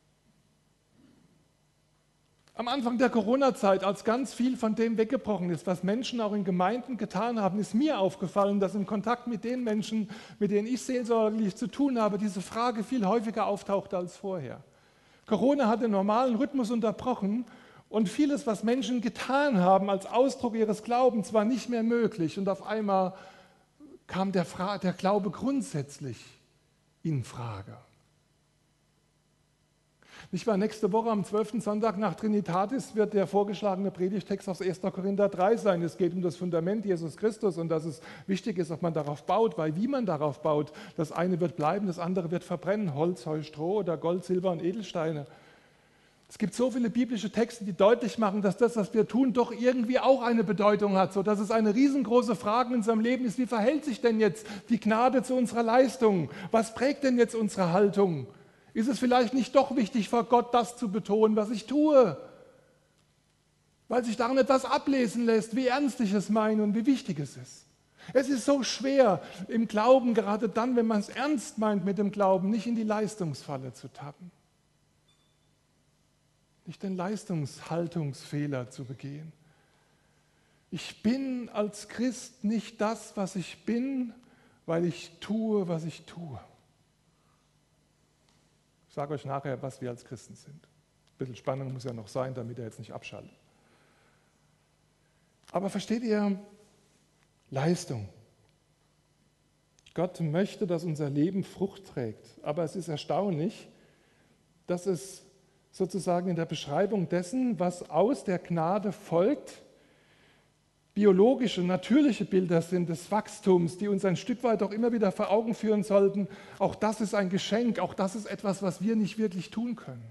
Am Anfang der Corona-Zeit, als ganz viel von dem weggebrochen ist, was Menschen auch in Gemeinden getan haben, ist mir aufgefallen, dass im Kontakt mit den Menschen, mit denen ich seelsorglich zu tun habe, diese Frage viel häufiger auftauchte als vorher. Corona hat den normalen Rhythmus unterbrochen und vieles, was Menschen getan haben als Ausdruck ihres Glaubens, war nicht mehr möglich. Und auf einmal kam der Glaube grundsätzlich in Frage. Nicht wahr? Nächste Woche am 12. Sonntag nach Trinitatis wird der vorgeschlagene Predigtext aus 1. Korinther 3 sein. Es geht um das Fundament Jesus Christus und dass es wichtig ist, ob man darauf baut, weil wie man darauf baut, das eine wird bleiben, das andere wird verbrennen, Holz, Heu, Stroh oder Gold, Silber und Edelsteine. Es gibt so viele biblische Texte, die deutlich machen, dass das, was wir tun, doch irgendwie auch eine Bedeutung hat, sodass es eine riesengroße Frage in unserem Leben ist, wie verhält sich denn jetzt die Gnade zu unserer Leistung? Was prägt denn jetzt unsere Haltung? Ist es vielleicht nicht doch wichtig, vor Gott das zu betonen, was ich tue? Weil sich daran etwas ablesen lässt, wie ernst ich es meine und wie wichtig es ist. Es ist so schwer, im Glauben, gerade dann, wenn man es ernst meint mit dem Glauben, nicht in die Leistungsfalle zu tappen. Nicht den Leistungshaltungsfehler zu begehen. Ich bin als Christ nicht das, was ich bin, weil ich tue, was ich tue. Ich sage euch nachher, was wir als Christen sind. Ein bisschen Spannung muss ja noch sein, damit er jetzt nicht abschaltet. Aber versteht ihr, Leistung. Gott möchte, dass unser Leben Frucht trägt. Aber es ist erstaunlich, dass es sozusagen in der Beschreibung dessen, was aus der Gnade folgt, biologische, natürliche Bilder sind des Wachstums, die uns ein Stück weit auch immer wieder vor Augen führen sollten. Auch das ist ein Geschenk, auch das ist etwas, was wir nicht wirklich tun können.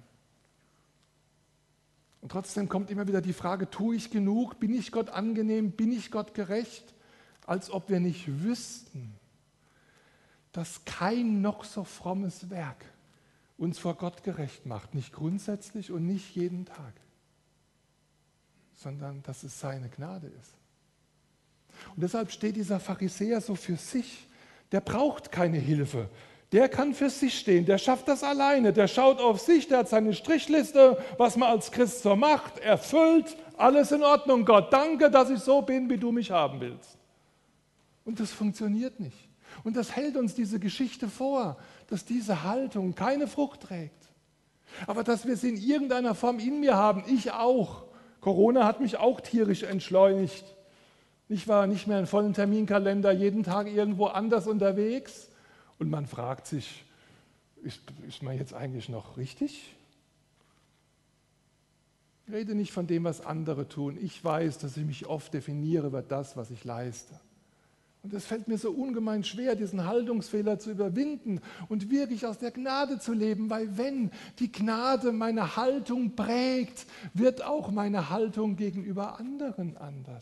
Und trotzdem kommt immer wieder die Frage, tue ich genug? Bin ich Gott angenehm? Bin ich Gott gerecht? Als ob wir nicht wüssten, dass kein noch so frommes Werk uns vor Gott gerecht macht. Nicht grundsätzlich und nicht jeden Tag, sondern dass es seine Gnade ist. Und deshalb steht dieser Pharisäer so für sich. Der braucht keine Hilfe. Der kann für sich stehen, der schafft das alleine, der schaut auf sich, der hat seine Strichliste, was man als Christ so macht, erfüllt, alles in Ordnung, Gott, danke, dass ich so bin, wie du mich haben willst. Und das funktioniert nicht. Und das hält uns diese Geschichte vor, dass diese Haltung keine Frucht trägt. Aber dass wir sie in irgendeiner Form in mir haben, ich auch. Corona hat mich auch tierisch entschleunigt. Ich war nicht mehr in vollen Terminkalender, jeden Tag irgendwo anders unterwegs. Und man fragt sich, ist man jetzt eigentlich noch richtig? Ich rede nicht von dem, was andere tun. Ich weiß, dass ich mich oft definiere über das, was ich leiste. Und es fällt mir so ungemein schwer, diesen Haltungsfehler zu überwinden und wirklich aus der Gnade zu leben, weil wenn die Gnade meine Haltung prägt, wird auch meine Haltung gegenüber anderen anders.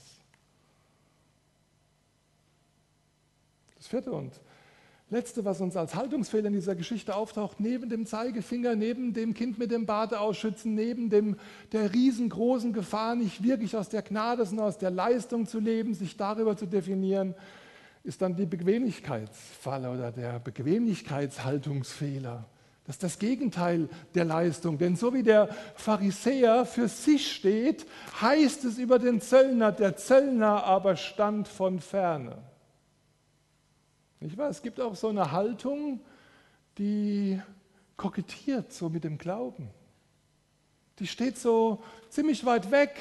Das vierte und letzte, was uns als Haltungsfehler in dieser Geschichte auftaucht, neben dem Zeigefinger, neben dem Kind mit dem Bart ausschützen, neben der riesengroßen Gefahr, nicht wirklich aus der Gnade, sondern aus der Leistung zu leben, sich darüber zu definieren, ist dann die Bequemlichkeitsfalle oder der Bequemlichkeitshaltungsfehler. Das ist das Gegenteil der Leistung. Denn so wie der Pharisäer für sich steht, heißt es über den Zöllner, der Zöllner aber stand von ferne. Nicht wahr? Es gibt auch so eine Haltung, die kokettiert so mit dem Glauben. Die steht so ziemlich weit weg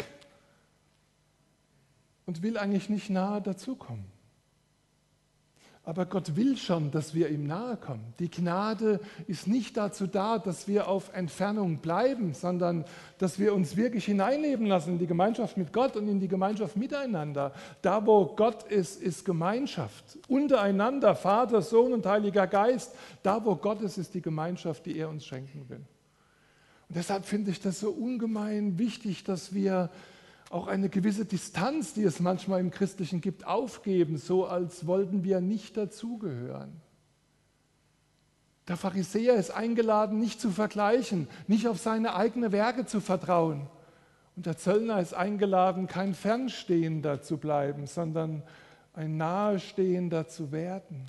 und will eigentlich nicht nahe dazukommen. Aber Gott will schon, dass wir ihm nahe kommen. Die Gnade ist nicht dazu da, dass wir auf Entfernung bleiben, sondern dass wir uns wirklich hineinleben lassen in die Gemeinschaft mit Gott und in die Gemeinschaft miteinander. Da, wo Gott ist, ist Gemeinschaft. Untereinander, Vater, Sohn und Heiliger Geist. Da, wo Gott ist, ist die Gemeinschaft, die er uns schenken will. Und deshalb finde ich das so ungemein wichtig, dass wir auch eine gewisse Distanz, die es manchmal im Christlichen gibt, aufgeben, so als wollten wir nicht dazugehören. Der Pharisäer ist eingeladen, nicht zu vergleichen, nicht auf seine eigenen Werke zu vertrauen. Und der Zöllner ist eingeladen, kein Fernstehender zu bleiben, sondern ein Nahestehender zu werden.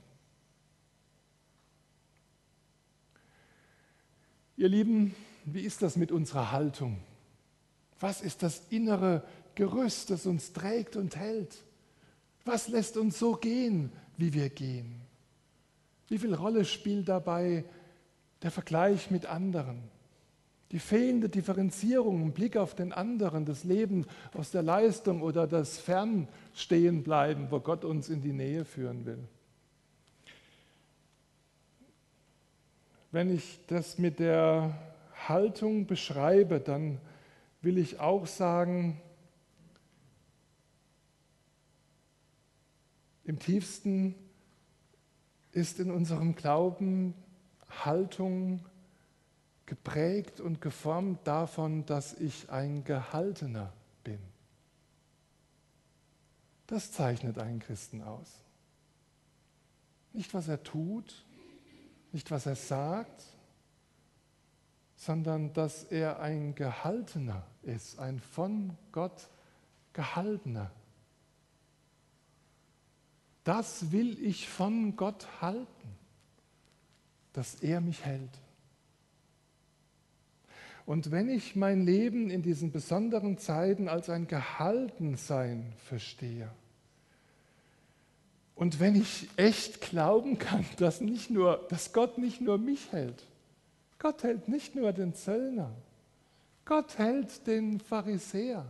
Ihr Lieben, wie ist das mit unserer Haltung? Was ist das innere Gerüst, das uns trägt und hält? Was lässt uns so gehen, wie wir gehen? Wie viel Rolle spielt dabei der Vergleich mit anderen? Die fehlende Differenzierung im Blick auf den anderen, das Leben aus der Leistung oder das Fernstehenbleiben, wo Gott uns in die Nähe führen will. Wenn ich das mit der Haltung beschreibe, dann will ich auch sagen, im tiefsten ist in unserem Glauben Haltung geprägt und geformt davon, dass ich ein Gehaltener bin. Das zeichnet einen Christen aus. Nicht, was er tut, nicht, was er sagt, sondern dass er ein Gehaltener ist, ein von Gott Gehaltener. Das will ich von Gott halten, dass er mich hält. Und wenn ich mein Leben in diesen besonderen Zeiten als ein Gehaltensein verstehe, und wenn ich echt glauben kann, dass Gott nicht nur mich hält, Gott hält nicht nur den Zöllner, Gott hält den Pharisäer.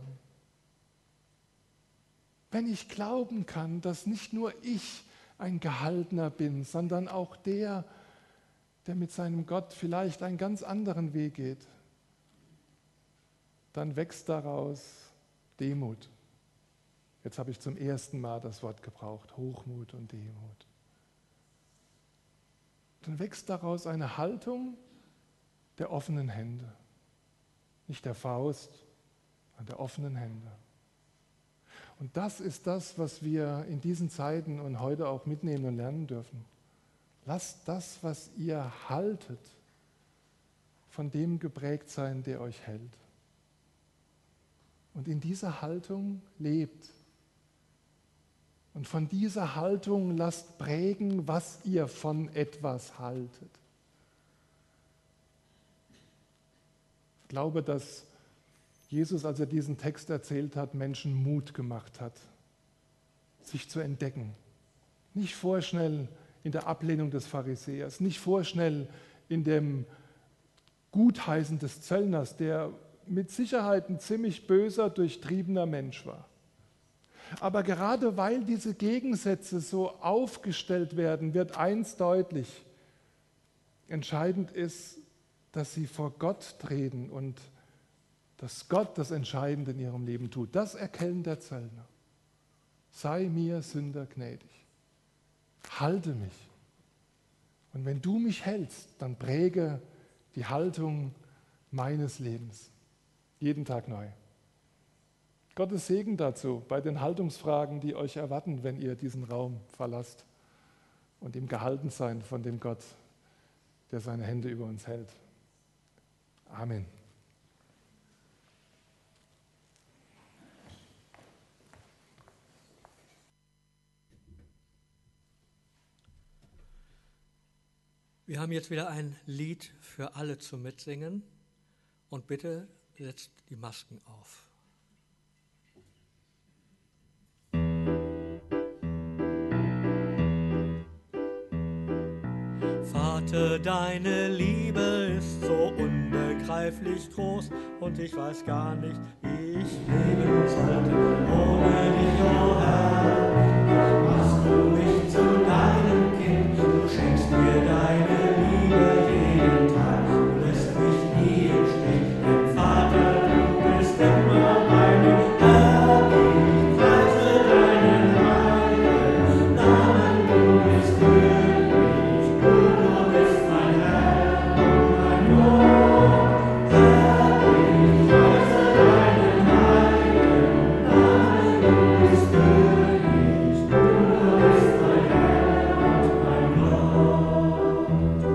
Wenn ich glauben kann, dass nicht nur ich ein Gehaltener bin, sondern auch der mit seinem Gott vielleicht einen ganz anderen Weg geht, dann wächst daraus Demut. Jetzt habe ich zum ersten Mal das Wort gebraucht, Hochmut und Demut. Dann wächst daraus eine Haltung der offenen Hände. Nicht der Faust, sondern der offenen Hände. Und das ist das, was wir in diesen Zeiten und heute auch mitnehmen und lernen dürfen. Lasst das, was ihr haltet, von dem geprägt sein, der euch hält. Und in dieser Haltung lebt. Und von dieser Haltung lasst prägen, was ihr von etwas haltet. Ich glaube, dass Jesus, als er diesen Text erzählt hat, Menschen Mut gemacht hat, sich zu entdecken. Nicht vorschnell in der Ablehnung des Pharisäers, nicht vorschnell in dem Gutheißen des Zöllners, der mit Sicherheit ein ziemlich böser, durchtriebener Mensch war. Aber gerade weil diese Gegensätze so aufgestellt werden, wird eins deutlich. Entscheidend ist, dass sie vor Gott treten und dass Gott das Entscheidende in ihrem Leben tut. Das erkennt der Zöllner. Sei mir Sünder gnädig. Halte mich. Und wenn du mich hältst, dann präge die Haltung meines Lebens. Jeden Tag neu. Gottes Segen dazu bei den Haltungsfragen, die euch erwarten, wenn ihr diesen Raum verlasst und im Gehaltensein von dem Gott, der seine Hände über uns hält. Amen. Wir haben jetzt wieder ein Lied für alle zum Mitsingen und bitte setzt die Masken auf. Vater, deine Liebe ist so unbegreiflich groß und ich weiß gar nicht, wie ich leben sollte ohne dich, oh Herr. Machst du mich zu deinem Kind, du schenkst mir deine Liebe jeden Tag, du lässt mich nie im Stich, denn Vater, du bist immer bei mir. Herr, ich preise deinen heiligen Namen, du bist König, du nur bist mein Herr und mein Gott. Herr, ich preise deinen heiligen Namen, du bist König, du nur bist mein Herr und mein Gott.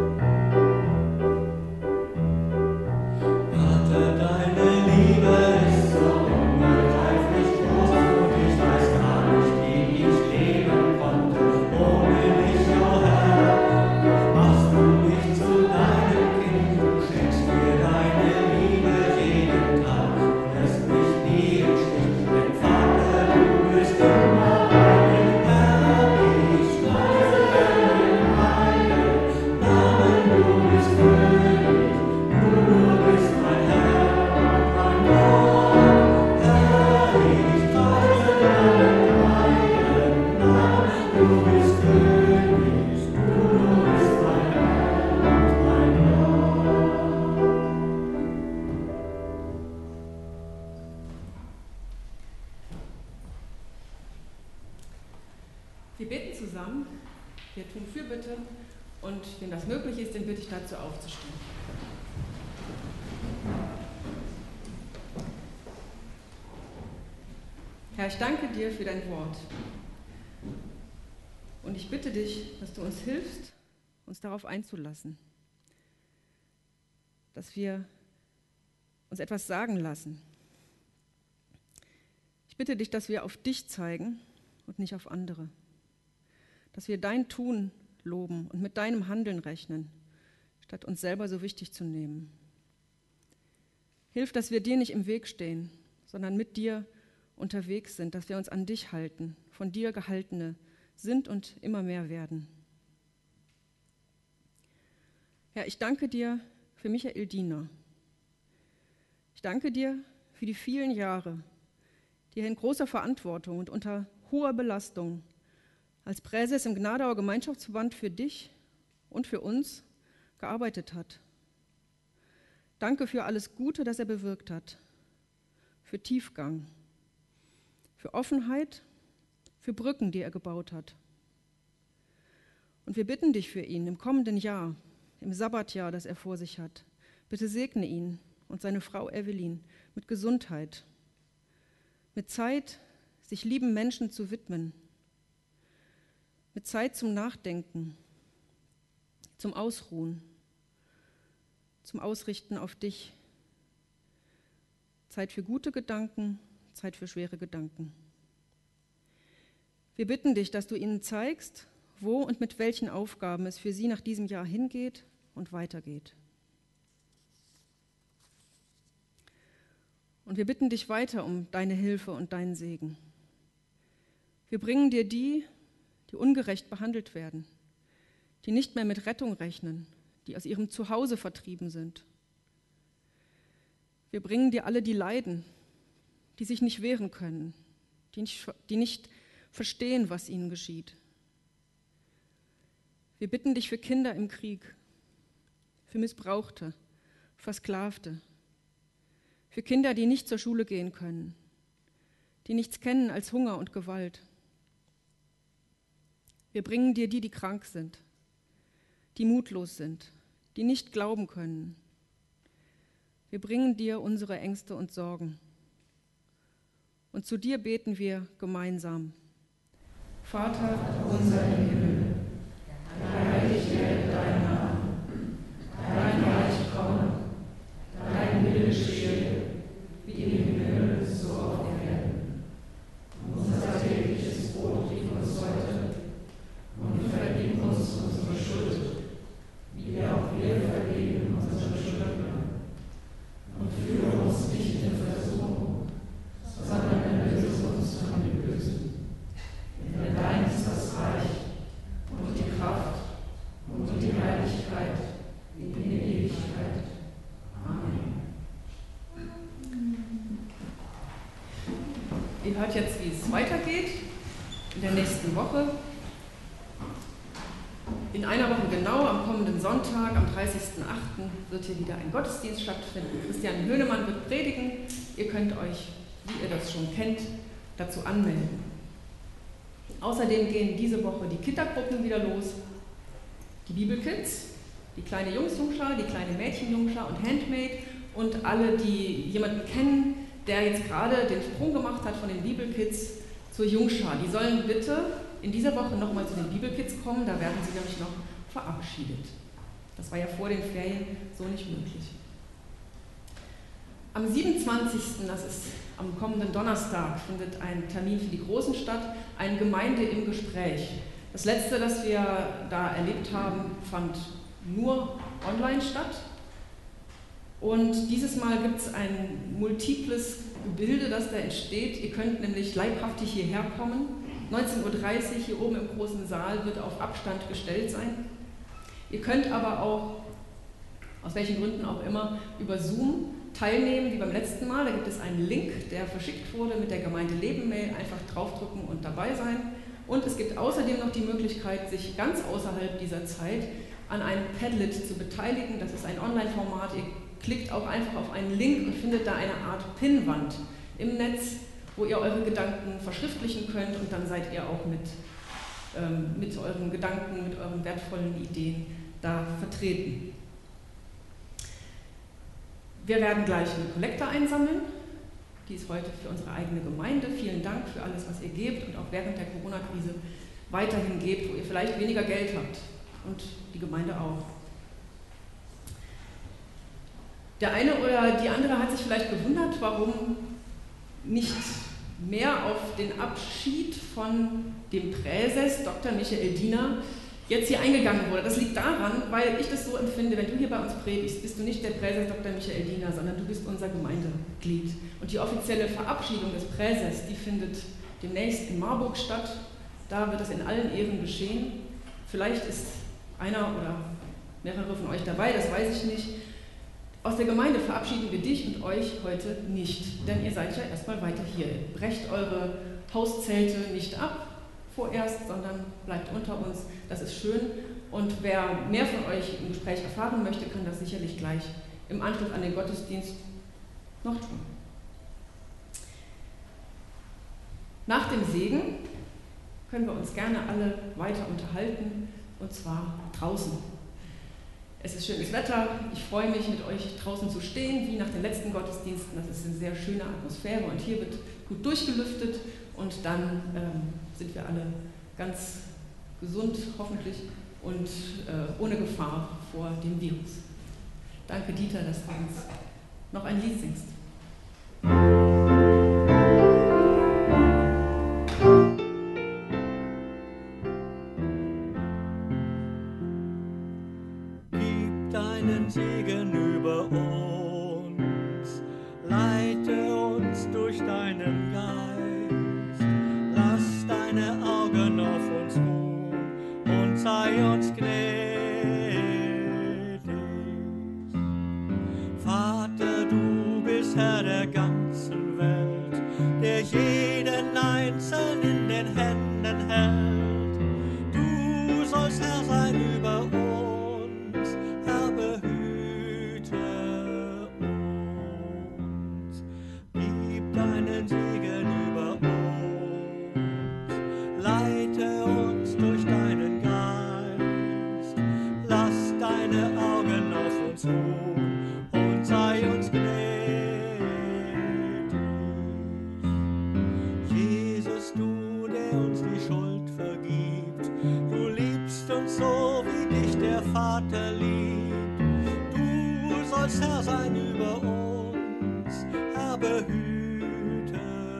Vater, deine Liebe ist so unbegreiflich groß und ich weiß gar nicht, wie ich leben konnte ohne dich, oh Herr. Doch machst du mich zu deinem Kind, du schenkst mir deine Liebe jeden Tag, du lässt mich nie im Stich, denn Vater, du bist immer bei mir. Herr, ich preise deinen heiligen Namen, du bist König, du nur bist mein Herr und mein Gott. Herr, ich preise deinen heiligen Namen, du bist König, du nur bist mein Herr und mein Gott. Wir beten zusammen, wir tun Fürbitte und wenn das möglich ist, den bitte ich dazu aufzustehen. Herr, ich danke dir für dein Wort und ich bitte dich, dass du uns hilfst, uns darauf einzulassen, dass wir uns etwas sagen lassen. Ich bitte dich, dass wir auf dich zeigen und nicht auf andere, dass wir dein Tun loben und mit deinem Handeln rechnen, statt uns selber so wichtig zu nehmen. Hilf, dass wir dir nicht im Weg stehen, sondern mit dir unterwegs sind, dass wir uns an dich halten, von dir Gehaltene sind und immer mehr werden. Herr, ich danke dir für Michael Diener. Ich danke dir für die vielen Jahre, die er in großer Verantwortung und unter hoher Belastung als Präses im Gnadauer Gemeinschaftsverband für dich und für uns gearbeitet hat. Danke für alles Gute, das er bewirkt hat, für Tiefgang, für Offenheit, für Brücken, die er gebaut hat. Und wir bitten dich für ihn im kommenden Jahr, im Sabbatjahr, das er vor sich hat. Bitte segne ihn und seine Frau Evelyn mit Gesundheit, mit Zeit, sich lieben Menschen zu widmen, mit Zeit zum Nachdenken, zum Ausruhen, zum Ausrichten auf dich. Zeit für gute Gedanken, Zeit für schwere Gedanken. Wir bitten dich, dass du ihnen zeigst, wo und mit welchen Aufgaben es für sie nach diesem Jahr hingeht und weitergeht. Und wir bitten dich weiter um deine Hilfe und deinen Segen. Wir bringen dir die ungerecht behandelt werden, die nicht mehr mit Rettung rechnen, die aus ihrem Zuhause vertrieben sind. Wir bringen dir alle, die leiden, die sich nicht wehren können, die nicht verstehen, was ihnen geschieht. Wir bitten dich für Kinder im Krieg, für Missbrauchte, Versklavte, für Kinder, die nicht zur Schule gehen können, die nichts kennen als Hunger und Gewalt. Wir bringen dir die krank sind, die mutlos sind, die nicht glauben können. Wir bringen dir unsere Ängste und Sorgen. Und zu dir beten wir gemeinsam. Vater unser im Himmel, geheiligt werde dein Name, dein Reich komme, dein Wille geschehe, wie im Himmel, so auf Erden. Unser tägliches Brot gib uns heute und vergib uns unsere Schuld, wie auch wir vergeben unseren Schuldnern. Und führe uns nicht in Versuchung, sondern erlöse uns von dem Bösen. Denn dein ist das Reich und die Kraft und die Herrlichkeit in Ewigkeit. Amen. Ihr hört jetzt, wie es weitergeht in der nächsten Woche. In einer Woche genau, am kommenden Sonntag, am 30.08. wird hier wieder ein Gottesdienst stattfinden. Christian Höhnemann wird predigen. Ihr könnt euch, wie ihr das schon kennt, dazu anmelden. Außerdem gehen diese Woche die Kittergruppen wieder los. Die Bibelkids, die kleine Jungsjungschar, die kleine Mädchenjungschar und Handmade und alle, die jemanden kennen, der jetzt gerade den Sprung gemacht hat von den Bibelkids zur Jungschar. Die sollen bitte in dieser Woche nochmal zu den Bibelkids kommen, da werden sie nämlich noch verabschiedet. Das war ja vor den Ferien so nicht möglich. Am 27., das ist am kommenden Donnerstag, findet ein Termin für die Großen statt, eine Gemeinde im Gespräch. Das letzte, das wir da erlebt haben, fand nur online statt. Und dieses Mal gibt es ein multiples Gebilde, das da entsteht. Ihr könnt nämlich leibhaftig hierher kommen. 19.30 Uhr hier oben im großen Saal wird auf Abstand gestellt sein. Ihr könnt aber auch, aus welchen Gründen auch immer, über Zoom teilnehmen, wie beim letzten Mal. Da gibt es einen Link, der verschickt wurde mit der Gemeinde-Leben-Mail. Einfach draufdrücken und dabei sein. Und es gibt außerdem noch die Möglichkeit, sich ganz außerhalb dieser Zeit an einem Padlet zu beteiligen. Das ist ein Online-Format. Ihr klickt auch einfach auf einen Link und findet da eine Art Pinnwand im Netz, wo ihr eure Gedanken verschriftlichen könnt und dann seid ihr auch mit euren Gedanken, mit euren wertvollen Ideen da vertreten. Wir werden gleich eine Kollekte einsammeln. Die ist heute für unsere eigene Gemeinde. Vielen Dank für alles, was ihr gebt und auch während der Corona-Krise weiterhin gebt, wo ihr vielleicht weniger Geld habt und die Gemeinde auch. Der eine oder die andere hat sich vielleicht gewundert, warum nicht mehr auf den Abschied von dem Präses Dr. Michael Diener jetzt hier eingegangen wurde. Das liegt daran, weil ich das so empfinde, wenn du hier bei uns predigst, bist du nicht der Präses Dr. Michael Diener, sondern du bist unser Gemeindeglied. Und die offizielle Verabschiedung des Präses, die findet demnächst in Marburg statt. Da wird es in allen Ehren geschehen. Vielleicht ist einer oder mehrere von euch dabei, das weiß ich nicht. Aus der Gemeinde verabschieden wir dich und euch heute nicht, denn ihr seid ja erstmal weiter hier. Brecht eure Hauszelte nicht ab vorerst, sondern bleibt unter uns. Das ist schön. Und wer mehr von euch im Gespräch erfahren möchte, kann das sicherlich gleich im Anschluss an den Gottesdienst noch tun. Nach dem Segen können wir uns gerne alle weiter unterhalten, und zwar draußen. Es ist schönes Wetter, ich freue mich, mit euch draußen zu stehen, wie nach den letzten Gottesdiensten. Das ist eine sehr schöne Atmosphäre und hier wird gut durchgelüftet und dann sind wir alle ganz gesund, hoffentlich, und ohne Gefahr vor dem Virus. Danke, Dieter, dass du uns noch ein Lied singst. Gib deinen Segen über uns, leite uns durch deinen Geist, lass deine Augen auf uns ruhen und sei uns gnädig. Vater, du bist Herr der ganzen Welt, der jeden Einzelnen in den Händen hält. Du sollst Herr sein über uns, Herr, behüte uns. Gib deinen Segen über uns, leite uns durch deinen Geist, lass deine Augen auf uns ruhen und sei uns gnädig. Jesus, du, der uns die Schuld vergibt, du liebst uns so, wie dich der Vater liebt. Du sollst Herr sein über uns, Herr, behüte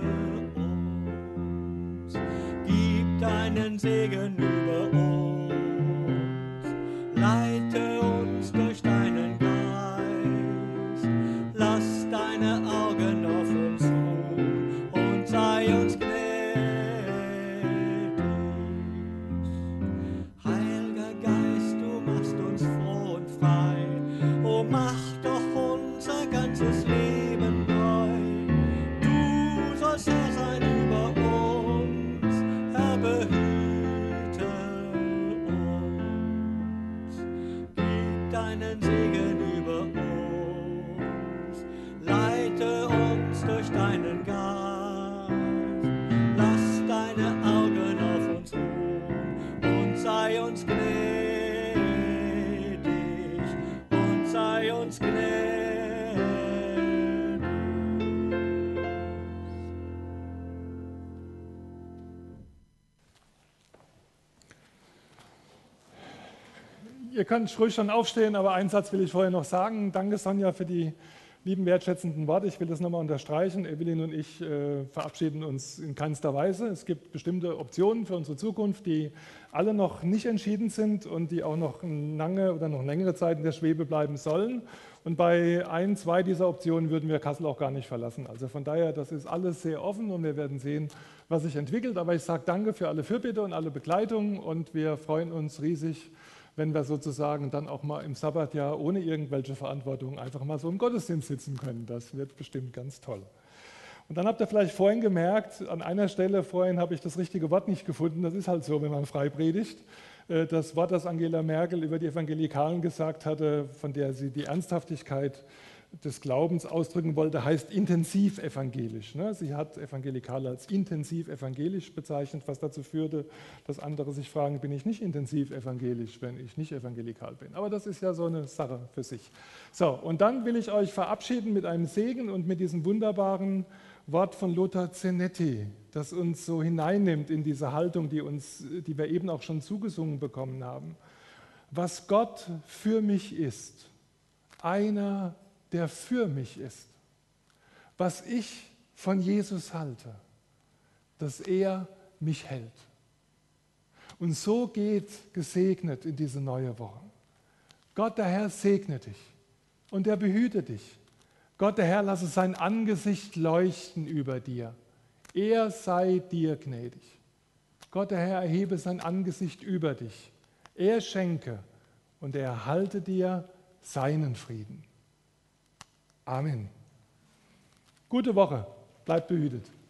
uns. Gib deinen Segen über uns, leite uns durch deinen Geist, lass deine Augen auf uns ruhen und sei uns gnädig. Heiliger Geist, du machst uns froh und frei, oh, mach doch unser ganzes Leben neu. Du sollst Herr sein über uns, Herr, behüte uns. Gib deinen Segen über uns, leite uns durch deinen Geist, lass deine Augen auf uns ruhen und sei uns gnädig, und sei uns gnädig. Ihr könnt ruhig schon aufstehen, aber einen Satz will ich vorher noch sagen. Danke, Sonja, für die lieben, wertschätzenden Worte. Ich will das nochmal unterstreichen. Evelyn und ich verabschieden uns in keinster Weise. Es gibt bestimmte Optionen für unsere Zukunft, die alle noch nicht entschieden sind und die auch noch lange oder noch längere Zeit in der Schwebe bleiben sollen. Und bei 1, 2 dieser Optionen würden wir Kassel auch gar nicht verlassen. Also von daher, das ist alles sehr offen und wir werden sehen, was sich entwickelt. Aber ich sage danke für alle Fürbitte und alle Begleitung und wir freuen uns riesig, wenn wir sozusagen dann auch mal im Sabbatjahr ohne irgendwelche Verantwortung einfach mal so im Gottesdienst sitzen können. Das wird bestimmt ganz toll. Und dann habt ihr vielleicht vorhin gemerkt, an einer Stelle vorhin habe ich das richtige Wort nicht gefunden. Das ist halt so, wenn man frei predigt. Das Wort, das Angela Merkel über die Evangelikalen gesagt hatte, von der sie die Ernsthaftigkeit des Glaubens ausdrücken wollte, heißt intensiv evangelisch. Sie hat Evangelikale als intensiv evangelisch bezeichnet, was dazu führte, dass andere sich fragen, bin ich nicht intensiv evangelisch, wenn ich nicht evangelikal bin. Aber das ist ja so eine Sache für sich. So, und dann will ich euch verabschieden mit einem Segen und mit diesem wunderbaren Wort von Lothar Zenetti, das uns so hineinnimmt in diese Haltung, die wir eben auch schon zugesungen bekommen haben. Was Gott für mich ist, einer, der für mich ist, was ich von Jesus halte, dass er mich hält. Und so geht gesegnet in diese neue Woche. Gott der Herr segne dich und er behüte dich. Gott der Herr lasse sein Angesicht leuchten über dir. Er sei dir gnädig. Gott der Herr erhebe sein Angesicht über dich. Er schenke und er erhalte dir seinen Frieden. Amen. Gute Woche, bleibt behütet.